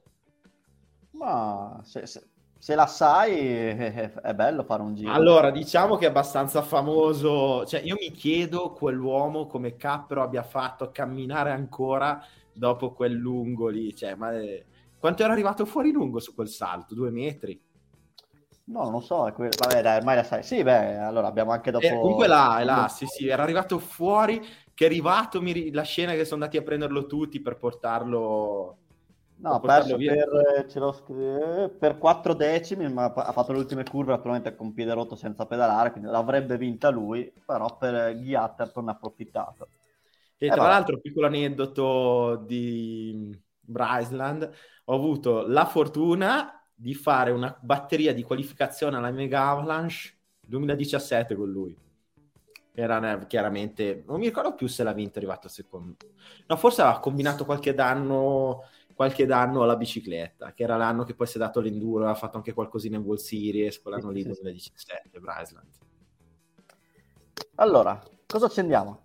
Ma se, se, se la sai è, è bello fare un giro. Allora, diciamo che è abbastanza famoso, cioè io mi chiedo quell'uomo come cappero abbia fatto a camminare ancora dopo quel lungo lì, cioè, ma eh, quanto era arrivato fuori lungo su quel salto? Due metri? No, non lo so, è que... vabbè dai, ormai la sai. Sì, beh, allora abbiamo anche dopo... Eh, comunque là, è là, sì, sì, era arrivato fuori, che è arrivato, mi... la scena che sono andati a prenderlo tutti per portarlo... No, ha perso per, ce l'ho scr... per quattro decimi, ma ha fatto le ultime curve naturalmente con piede rotto senza pedalare, quindi l'avrebbe vinta lui, però per Guy Atherton ha approfittato. E eh, tra vabbè. l'altro, piccolo aneddoto di Bryceland, ho avuto la fortuna di fare una batteria di qualificazione alla Mega Avalanche duemiladiciassette con lui. Era chiaramente, non mi ricordo più se l'ha vinto, è arrivato secondo, no, forse aveva combinato qualche danno qualche danno alla bicicletta, che era l'anno che poi si è dato l'enduro, aveva fatto anche qualcosina in World Series, quell'anno lì, duemiladiciassette, Bryceland. Allora, cosa accendiamo?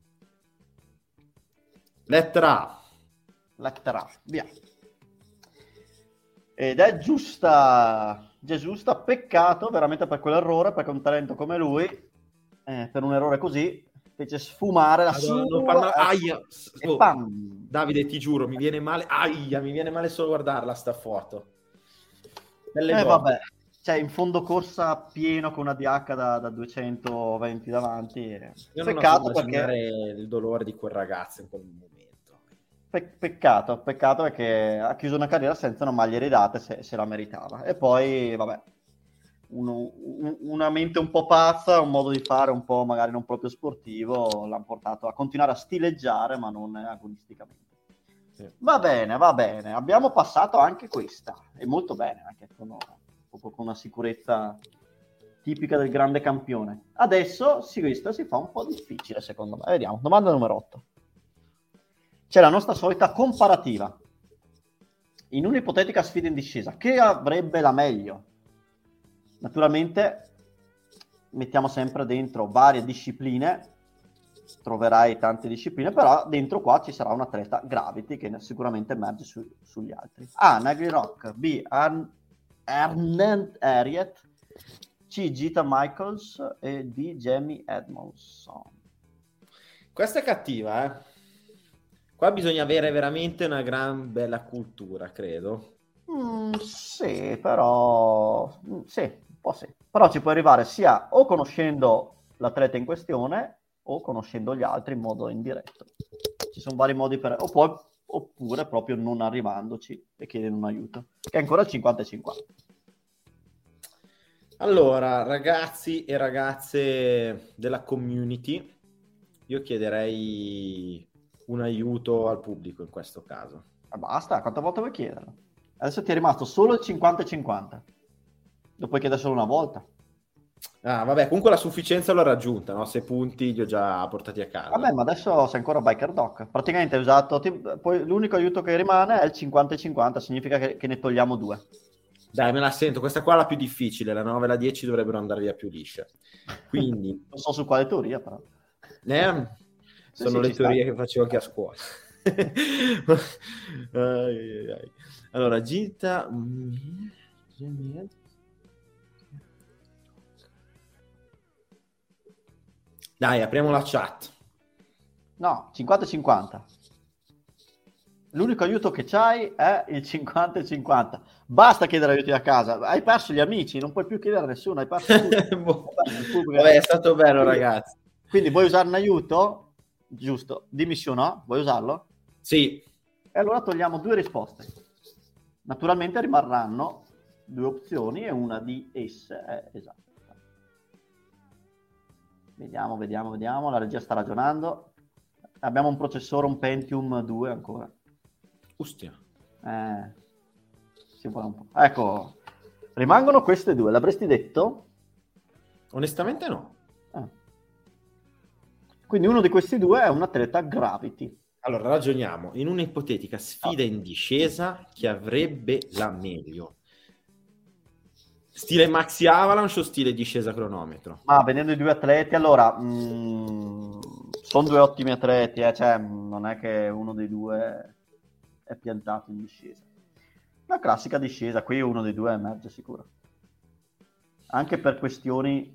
Lettera A. Lettera A, via. Ed è giusta, è giusta, peccato veramente per quell'errore, perché un talento come lui, eh, per un errore così, fece sfumare la Madonna, sua... parla... Aia. E pam! Davide, ti giuro, mi viene male, aia, mi viene male solo guardarla sta foto. Belle eh vabbè, cioè in fondo corsa pieno con una D H da, da duecentoventi davanti. E... Io peccato non so perché il dolore di quel ragazzo in quel momento. Pe- peccato, peccato perché ha chiuso una carriera senza una maglia ridata, se, se la meritava. E poi, vabbè, uno, un, una mente un po' pazza, un modo di fare un po' magari non proprio sportivo, l'ha portato a continuare a stileggiare, ma non agonisticamente. Sì. Va bene, va bene. Abbiamo passato anche questa, e molto bene, anche con, proprio con una sicurezza tipica del grande campione. Adesso sì, questo si fa un po' difficile, secondo me. Vediamo, domanda numero otto. C'è la nostra solita comparativa. In un'ipotetica sfida in discesa, che avrebbe la meglio? Naturalmente mettiamo sempre dentro varie discipline, troverai tante discipline, però dentro qua ci sarà un atleta Gravity che sicuramente emerge su, sugli altri. A. Nagli Rock, B. Arnett Harriet, C. Gita Michaels e D. Jamie Edmondson. Questa è cattiva, eh? Qua bisogna avere veramente una gran bella cultura, credo. Mm, sì, però... Sì, un po' sì. Però ci puoi arrivare sia o conoscendo l'atleta in questione o conoscendo gli altri in modo indiretto. Ci sono vari modi per... O poi, oppure proprio non arrivandoci e chiedendo un aiuto. Che è ancora il cinquanta e cinquanta. Allora, ragazzi e ragazze della community, io chiederei... un aiuto al pubblico in questo caso. Ma basta, quante volte vuoi chiederlo? Adesso ti è rimasto solo il cinquanta e cinquanta. Lo puoi chiedere solo una volta. Ah, vabbè, comunque la sufficienza l'ho raggiunta, no? Sei punti li ho già portati a casa. Vabbè, ma adesso sei ancora Biker Doc. Praticamente hai usato... Ti... Poi l'unico aiuto che rimane è il cinquanta e cinquanta, significa che, che ne togliamo due. Dai, me la sento. Questa qua è la più difficile. La nove e la dieci dovrebbero andare via più lisce. Quindi... non so su quale teoria, però. Eh... Sono sì, le teorie sta. Che facevo anche a scuola. ai, ai, ai. Allora, Gita... Dai, apriamo la chat. No, cinquanta e cinquanta. L'unico aiuto che c'hai è il cinquanta e cinquanta. Basta chiedere aiuti a casa. Hai perso gli amici, non puoi più chiedere a nessuno. Hai perso tutto. Vabbè, è stato bello, quindi, ragazzi. Quindi vuoi usare un aiuto? Giusto, dimmi sì o no, vuoi usarlo? Sì. E allora togliamo due risposte. Naturalmente rimarranno due opzioni e una di esse è esatta. Vediamo, vediamo, vediamo. La regia sta ragionando. Abbiamo un processore, un Pentium due ancora. Ostia. Eh, si può un po'. Ecco, rimangono queste due. L'avresti detto? Onestamente no. Eh. Quindi uno di questi due è un atleta Gravity. Allora, ragioniamo. In un'ipotetica sfida in discesa, chi avrebbe la meglio? Stile Maxi Avalanche o stile discesa cronometro? Ma vedendo i due atleti, allora, mh, sono due ottimi atleti, eh? Cioè, non è che uno dei due è piantato in discesa. La classica discesa, qui uno dei due emerge sicuro. Anche per questioni...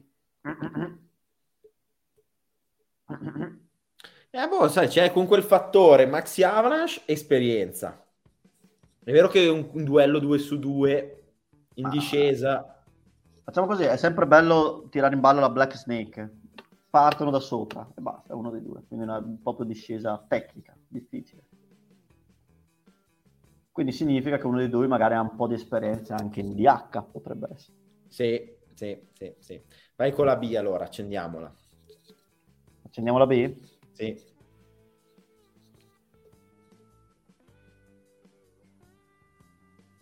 Eh, boh, sai, c'è con quel fattore Maxi Avalanche, esperienza. È vero che un, un duello due su due in ah, discesa... Facciamo così, è sempre bello tirare in ballo la Black Snake. Partono da sopra e basta, è uno dei due. Quindi una proprio discesa tecnica, difficile. Quindi significa che uno dei due magari ha un po' di esperienza anche in D H, potrebbe essere. Sì, sì, sì, sì. Vai con la B allora, accendiamola. Accendiamo la B? Sì.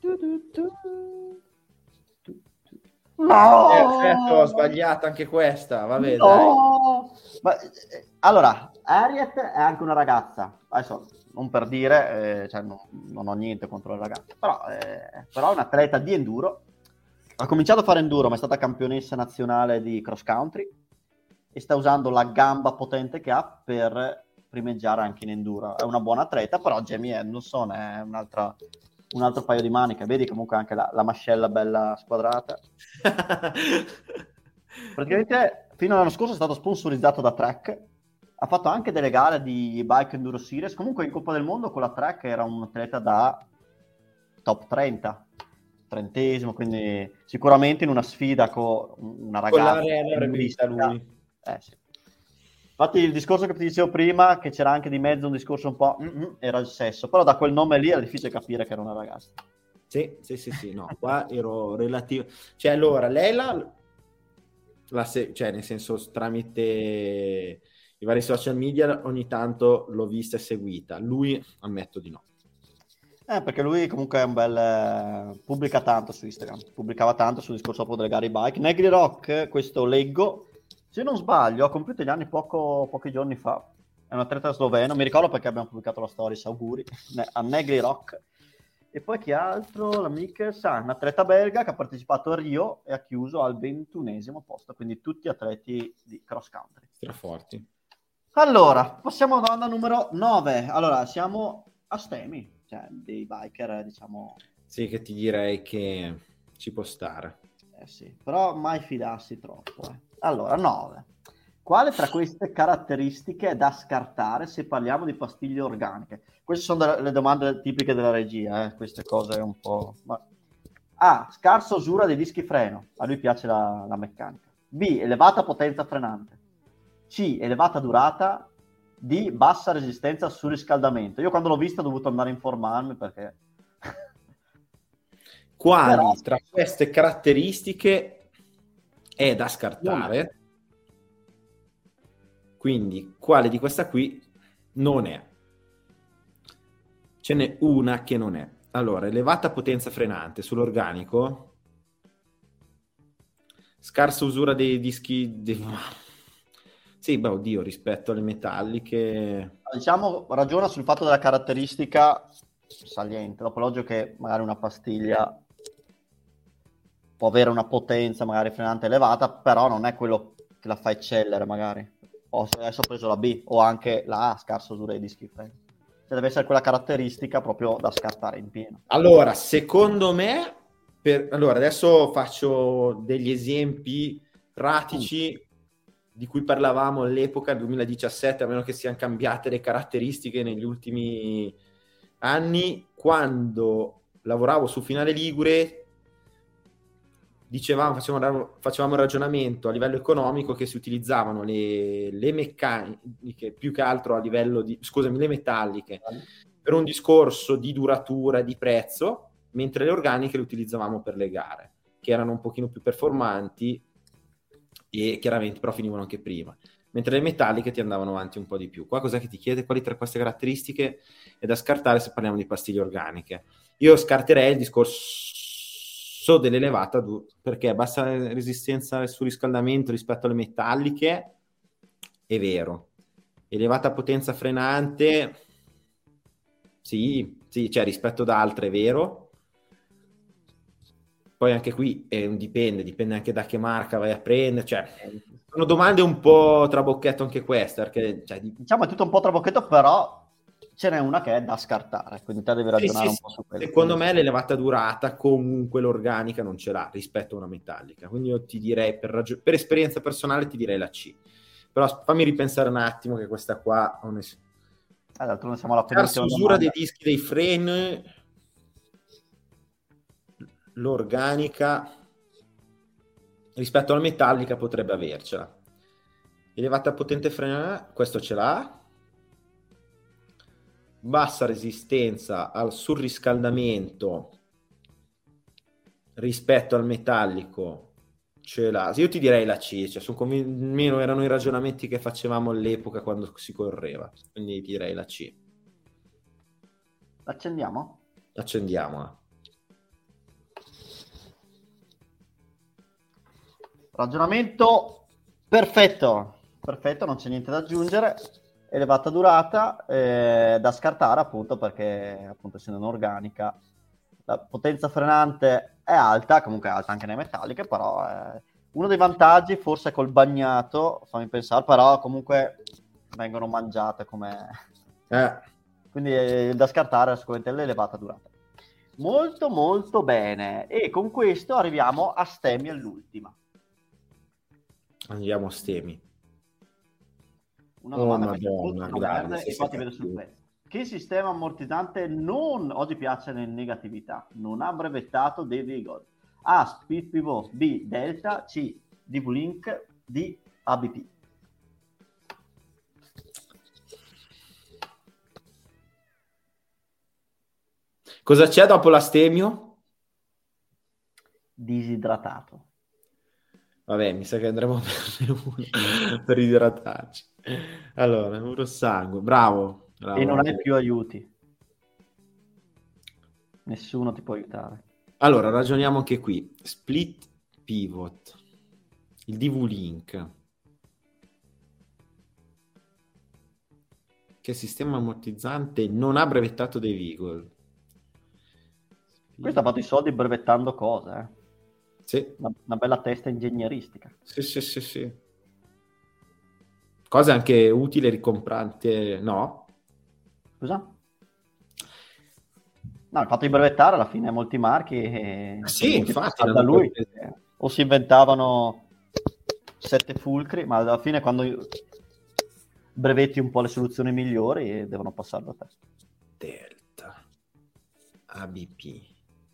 No! Perfetto, ho sbagliato anche questa, vabbè, no! dai. Ma, eh, allora, Harriet è anche una ragazza, adesso non per dire, eh, cioè, non, non ho niente contro le ragazze, però, eh, però è un atleta di enduro, ha cominciato a fare enduro, ma è stata campionessa nazionale di cross country e sta usando la gamba potente che ha per primeggiare anche in enduro. È una buona atleta, però Jamie Anderson è un'altra... un altro paio di maniche, vedi comunque anche la, la mascella bella squadrata. Praticamente fino all'anno scorso è stato sponsorizzato da Trek, ha fatto anche delle gare di Bike Enduro Series, comunque in Coppa del Mondo con la Trek era un atleta da top trenta, trentesimo, quindi sicuramente in una sfida con una ragazza. Con l'area avrebbe vinta lui. Eh sì. Infatti il discorso che ti dicevo prima, che c'era anche di mezzo un discorso un po', mm-hmm, era il sesso, però da quel nome lì era difficile capire che era una ragazza. Sì, sì, sì, sì, no, qua ero relativo. Cioè, allora, lei la, la se... cioè, nel senso, tramite i vari social media ogni tanto l'ho vista e seguita. Lui, ammetto di no. Eh, perché lui comunque è un bel... Eh, pubblica tanto su Instagram, pubblicava tanto sul discorso delle gare bike. Negri Rock, questo leggo, se non sbaglio, ha compiuto gli anni poco, pochi giorni fa. È un atleta sloveno, mi ricordo perché abbiamo pubblicato la stories, auguri, a Negri Rock. E poi chi altro? La Mikers, ah, un atleta belga che ha partecipato a Rio e ha chiuso al ventunesimo posto, quindi tutti atleti di cross country. Straforti. Allora, passiamo alla domanda numero nove. Allora, siamo a Stemi, cioè dei biker, diciamo... Sì, che ti direi che ci può stare. Eh sì, però mai fidarsi troppo. Eh. Allora, nove. Quale tra queste caratteristiche è da scartare se parliamo di pastiglie organiche? Queste sono le domande tipiche della regia, eh? Queste cose un po'... Ma... A. Scarsa usura dei dischi freno. A lui piace la, la meccanica. B. Elevata potenza frenante. C. Elevata durata. D. Bassa resistenza sul riscaldamento. Io quando l'ho vista ho dovuto andare a informarmi perché... Quali Però... tra queste caratteristiche è da scartare? Quindi, quale di questa qui non è? Ce n'è una che non è. Allora, elevata potenza frenante sull'organico, scarsa usura dei dischi... Dei... Sì, beh, oddio, rispetto alle metalliche... Diciamo, ragiona sul fatto della caratteristica saliente. Dopo logico che magari una pastiglia può avere una potenza magari frenante elevata, però non è quello che la fa eccellere magari. O adesso ho preso la B, o anche la A, scarsa usura dei dischi freni. Cioè deve essere quella caratteristica proprio da scartare in pieno. Allora, secondo me, per... allora adesso faccio degli esempi pratici mm. di cui parlavamo all'epoca, del duemiladiciassette, a meno che siano cambiate le caratteristiche negli ultimi anni. Quando lavoravo su Finale Ligure, dicevamo, facevamo, facevamo un ragionamento a livello economico che si utilizzavano le, le meccaniche più che altro a livello di, scusami, le metalliche per un discorso di duratura, di prezzo, mentre le organiche le utilizzavamo per le gare, che erano un pochino più performanti e chiaramente però finivano anche prima, mentre le metalliche ti andavano avanti un po' di più. Qua cos'è che ti chiede? Quali tra queste caratteristiche è da scartare se parliamo di pastiglie organiche? Io scarterei il discorso so dell'elevata du- perché bassa resistenza sul riscaldamento rispetto alle metalliche è vero, elevata potenza frenante sì, sì, cioè rispetto ad altre è vero, poi anche qui è un dipende dipende anche da che marca vai a prendere, cioè sono domande un po' trabocchetto anche queste perché cioè, diciamo è tutto un po' trabocchetto, però ce n'è una che è da scartare, quindi te devi ragionare sì, sì, un po' su quello. Secondo me l'elevata durata comunque l'organica non ce l'ha rispetto a una metallica, quindi io ti direi per, ragio- per esperienza personale ti direi la C, però fammi ripensare un attimo che questa qua onest... eh, d'altronde siamo alla penultima usura dei dischi dei freni, l'organica rispetto alla metallica potrebbe avercela. Elevata potente frena, questo ce l'ha. Bassa resistenza al surriscaldamento rispetto al metallico ce l'ha. Io ti direi la C, cioè sono conv... meno erano i ragionamenti che facevamo all'epoca quando si correva, quindi ti direi la C. Accendiamo? Accendiamola. Ragionamento perfetto, perfetto, non c'è niente da aggiungere. Elevata durata, eh, da scartare appunto perché appunto essendo un'organica la potenza frenante è alta, comunque è alta anche nelle metalliche, però eh, uno dei vantaggi forse col bagnato, fammi pensare, però comunque vengono mangiate come... Eh. Quindi eh, da scartare è sicuramente l'elevata durata. Molto molto bene, e con questo arriviamo a Stemi all'ultima. Andiamo a Stemi. Una Oh, domanda Madonna, molto grande, moderna, sei e poi ti vedo cattivo. sul pezzo. Che sistema ammortizzante non, oggi piace nel negatività, non ha brevettato Dave Eagle? A. Speed Pivot, B. Delta, C. D V-Link, D. A B P. Cosa c'è dopo l'astemio? Disidratato. Vabbè, mi sa che andremo a prendere uno per idratarci. Allora, puro sangue, bravo. bravo E non anche hai te. più aiuti. Nessuno ti può aiutare. Allora, ragioniamo anche qui. Split pivot. Il D V-Link. Che sistema ammortizzante non ha brevettato Dave Eagle? Questo ha fatto i soldi brevettando cose, eh. Sì, Una, una bella testa ingegneristica. sì, sì, sì, sì. Cosa anche utile, ricomprante, no? Scusa? No, il fatto di brevettare alla fine molti marchi e Sì, infatti, da l'hanno lui poi- eh, o si inventavano sette fulcri, ma alla fine quando brevetti un po' le soluzioni migliori devono passare da te. Delta A B P.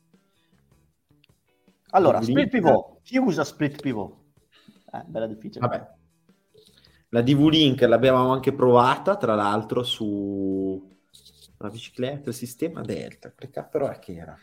Allora, D V-Link. split pivot. Chi usa split pivot? Eh, bella difficile. Vabbè. La D V-Link l'abbiamo anche provata, tra l'altro, su una bicicletta, il sistema Delta. Che cazzo è che era?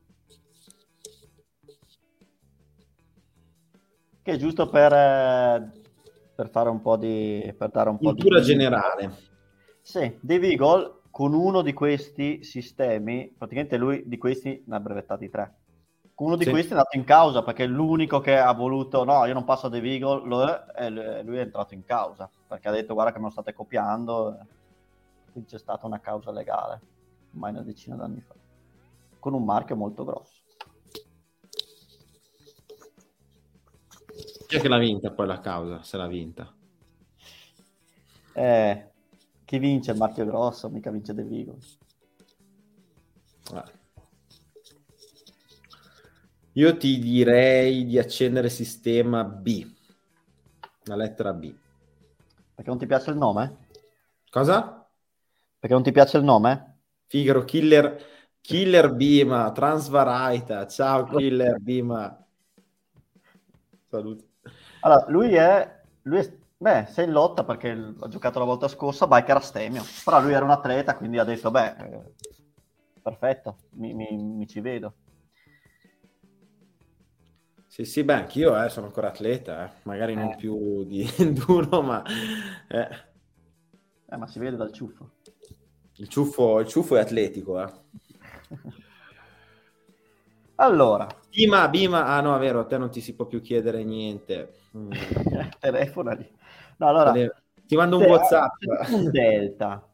Che è giusto per, eh, per fare un po' di... per dare un po' Cultura di... generale. Sì, Dave Eagle con uno di questi sistemi, praticamente lui di questi ne ha brevettati tre. Con uno di Sì. questi è andato in causa perché è l'unico che ha voluto, no, io non passo a Dave Eagle, lo è, e lui è entrato in causa perché ha detto guarda che me lo state copiando, quindi c'è stata una causa legale ormai una decina d'anni fa con un marchio molto grosso. Chi è che l'ha vinta poi la causa, se l'ha vinta? Eh, chi vince il marchio grosso, mica vince Dave Eagle. Ah. Io ti direi di accendere sistema B, la lettera B. Perché non ti piace il nome? Cosa? Perché non ti piace il nome? Figaro, Killer, Killer Bima, Transvaraita, ciao Killer Bima. Saluti. Allora, lui è, lui è, beh, sei in lotta perché ha giocato la volta scorsa biker astemio, però lui era un atleta, quindi ha detto, beh, eh, perfetto, mi, mi, mi ci vedo. Sì, sì, beh, anch'io eh, sono ancora atleta, eh. Magari non Eh. più di enduro, ma eh. Eh, ma si vede dal ciuffo. il, ciuffo, il ciuffo è atletico. Eh. Allora, Bima, Bima, ah no, è vero, a te non ti si può più chiedere niente. Mm. telefonali. No, allora, Te ne- Ti mando un de- WhatsApp. un delta.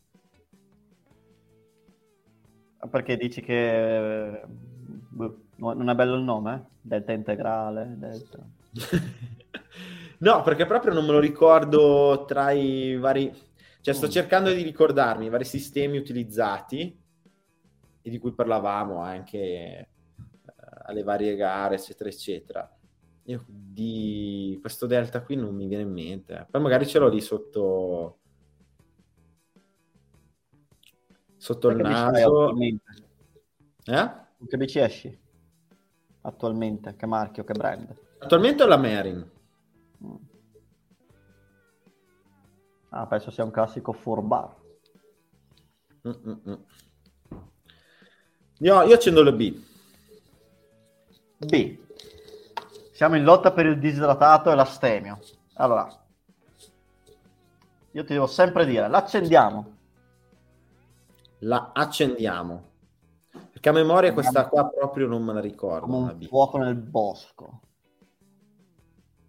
Perché dici che eh, boh, non è bello il nome? Eh? Delta integrale, delta. No, perché proprio non me lo ricordo tra i vari... Cioè, sto Mm. cercando di ricordarmi i vari sistemi utilizzati e di cui parlavamo anche eh, alle varie gare, eccetera, eccetera. Io di questo delta qui non mi viene in mente. Poi magari ce l'ho lì sotto... sotto il Che bici hai naso. attualmente? Eh? Con che bici esci? Attualmente? Che marchio, che brand? Attualmente ho la Merin. Mm. Ah, penso sia un classico four bar. Mm-mm. Io, io accendo le B. B. Siamo in lotta per il disidratato e l'astemio. Allora, io ti devo sempre dire, l'accendiamo. La accendiamo. Perché a memoria questa qua proprio non me la ricordo. Come la un B. fuoco nel bosco.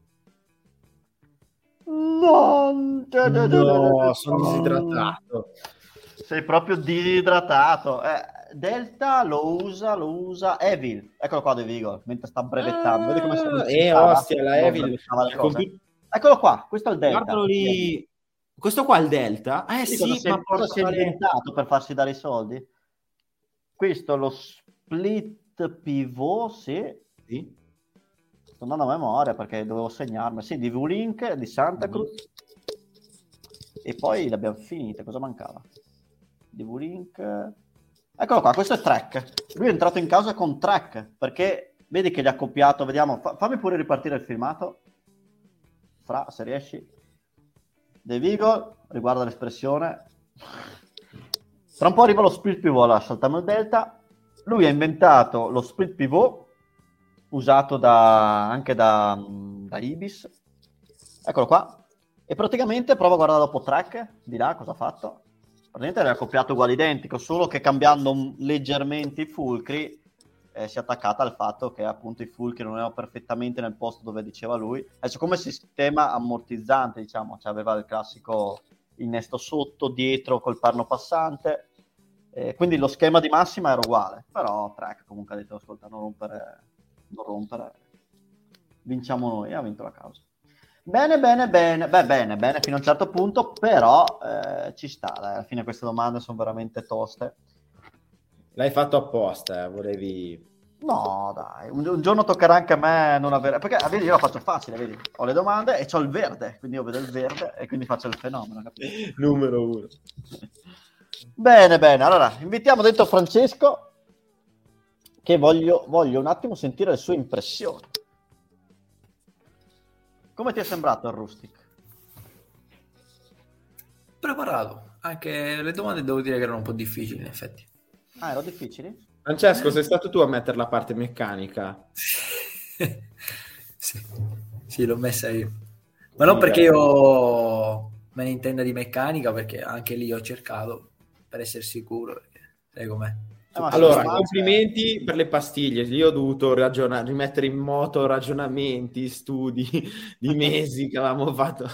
No, no, sono disidratato. Sei proprio disidratato. Eh, Delta lo usa, lo usa Evil. Eccolo qua De Vigo, mentre sta brevettando. Vedi come ah, eh, ostia, la Evil. Compi- Eccolo qua, questo è il Delta. Guardalo lì. Questo qua è il Delta? Eh sì, cosa, ma si, cosa si è inventato per farsi dare i soldi? Questo lo split pivot, sì. Sì. Sto andando a memoria perché dovevo segnarmi. Sì, di V-Link, di Santa Cruz. Mm-hmm. E poi l'abbiamo finita. Cosa mancava? Di V-Link. Eccolo qua, questo è Track. Lui è entrato in causa con Track perché vedi che gli ha copiato. Vediamo, fa, fammi pure ripartire il filmato. Fra, se riesci. De Vigo, riguarda l'espressione. Tra un po' arriva lo split pivot, là, saltiamo il delta. Lui ha inventato lo split pivot usato da, anche da, da Ibis. Eccolo qua. E praticamente prova a guardare dopo Track, di là cosa ha fatto. Praticamente era copiato uguale identico, solo che cambiando leggermente i fulcri eh, si è attaccata al fatto che appunto i fulcri non erano perfettamente nel posto dove diceva lui. Adesso come sistema ammortizzante, diciamo, cioè aveva il classico innesto sotto, dietro col perno passante, eh, quindi lo schema di massima era uguale, però Track comunque ha detto ascolta, non rompere, non rompere, vinciamo noi, e ha vinto la causa. Bene, bene, bene, beh, bene, bene, fino a un certo punto, però eh, ci sta, dai, alla fine queste domande sono veramente toste. L'hai fatto apposta, eh, volevi... No, dai, un, un giorno toccherà anche a me non avere... Perché, vedi, io la faccio facile, vedi, ho le domande e c'ho il verde, quindi io vedo il verde e quindi faccio il fenomeno, capito? Numero uno. Bene, bene, allora, invitiamo dentro Francesco, che voglio, voglio un attimo sentire le sue impressioni. Come ti è sembrato il Rustic? Preparato, anche le domande devo dire che erano un po' difficili in effetti. Ah, erano difficili? Francesco, sei stato tu a mettere la parte meccanica? sì. sì, l'ho messa io. Ma non perché io me ne intenda di meccanica, perché anche lì ho cercato per essere sicuro, perché sai com'è. Allora, complimenti per le pastiglie. Io ho dovuto ragionare, rimettere in moto ragionamenti, studi di mesi che avevamo fatto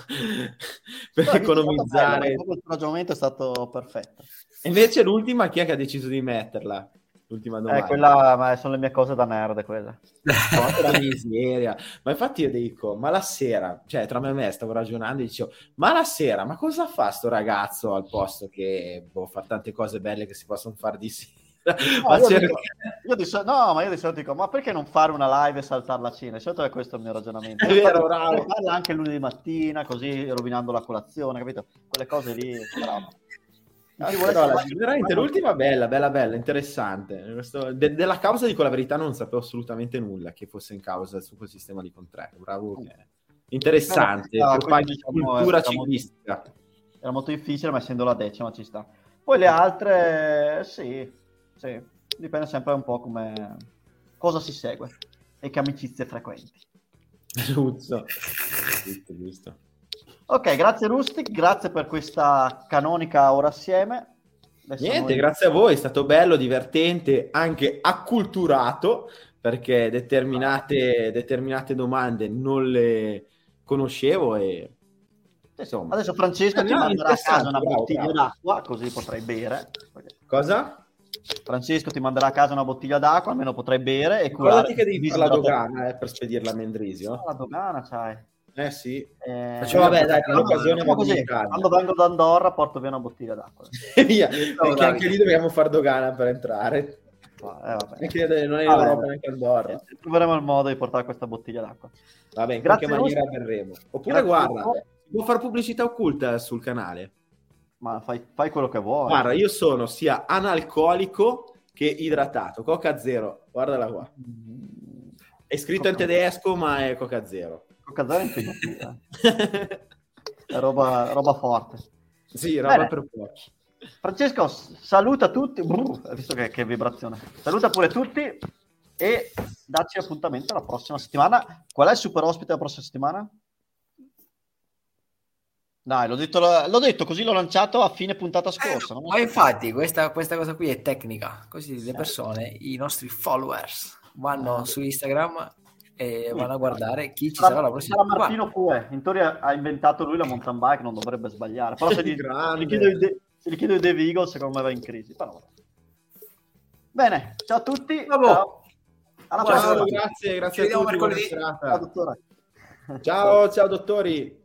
per no, economizzare. Bello, il ragionamento è stato perfetto. E invece l'ultima, chi è che ha deciso di metterla? L'ultima domanda. Eh, quella, ma sono le mie cose da nerd, quella. La miseria. Ma infatti io dico, ma la sera, cioè tra me e me stavo ragionando e dicevo, ma la sera, ma cosa fa sto ragazzo al posto che boh, fa tante cose belle che si possono fare di sera? No, ma io, dico, io di so- no, ma io di solito dico, ma perché non fare una live e saltare la cena? Di solito è questo il mio ragionamento. È vero, bravo. Farla anche lunedì mattina, così rovinando la colazione, capito? Quelle cose lì, bravo. No, la, veramente l'ultima bella, bella, bella, interessante. Questo, de- della causa dico la verità, non sapevo assolutamente nulla che fosse in causa su quel sistema di contratto. Bravo, uh. che... interessante. No, no, diciamo, cultura ciclistica. Molto, era molto difficile, ma essendo la decima ci sta. Poi le altre, sì. Sì, dipende sempre un po' come cosa si segue e che amicizie frequenti. Giusto. Giusto, giusto. Ok, grazie Rustic, grazie per questa canonica ora assieme. Adesso Niente, noi... grazie a voi, è stato bello, divertente, anche acculturato, perché determinate, determinate domande non le conoscevo e... Insomma. Adesso Francesco ti manderà a casa una bravo, bottiglia bravo. d'acqua, così potrai bere. Cosa? Francesco ti manderà a casa una bottiglia d'acqua, almeno potrai bere e curare. Che devi fare la dogana eh, per spedirla a Mendrisio? Ah, la dogana, sai. Eh sì. Eh, cioè, vabbè, dai, per l'occasione no, così, quando vengo da Andorra porto via una bottiglia d'acqua. Via, perché anche lì dobbiamo fare dogana per entrare. Eh, anche non è in Europa, neanche Andorra. Eh, troveremo il modo di portare questa bottiglia d'acqua. Vabbè, in qualche maniera verremo. Oppure grazie guarda, si può fare pubblicità occulta sul canale. Ma fai, fai quello che vuoi. Guarda, io sono sia analcolico che idratato. Coca zero, guardala qua. È scritto Coca in tedesco, ma è Coca zero. Coca zero è impegnativa. È roba, roba forte. Sì, roba Bene. Per pochi. Francesco, saluta tutti. Brr, visto che, che vibrazione. Saluta pure tutti e dacci appuntamento la prossima settimana. Qual è il super ospite la prossima settimana? Dai, l'ho detto, l'ho detto così l'ho lanciato a fine puntata scorsa. Eh, ma infatti questa, questa cosa qui è tecnica, così le persone, i nostri followers vanno su Instagram, e vanno a guardare chi ci sarà, sarà la prossima. sarà Martino Fue, in teoria ha inventato lui la mountain bike, non dovrebbe sbagliare, però se gli, se gli chiedo i De, se gli chiedo i Dave Eagle secondo me va in crisi, però. Bene, ciao a tutti, ciao. Alla ciao, prossima. grazie, grazie ci a tutti, mercoledì. Ciao, ciao dottore. Ciao, ciao dottori.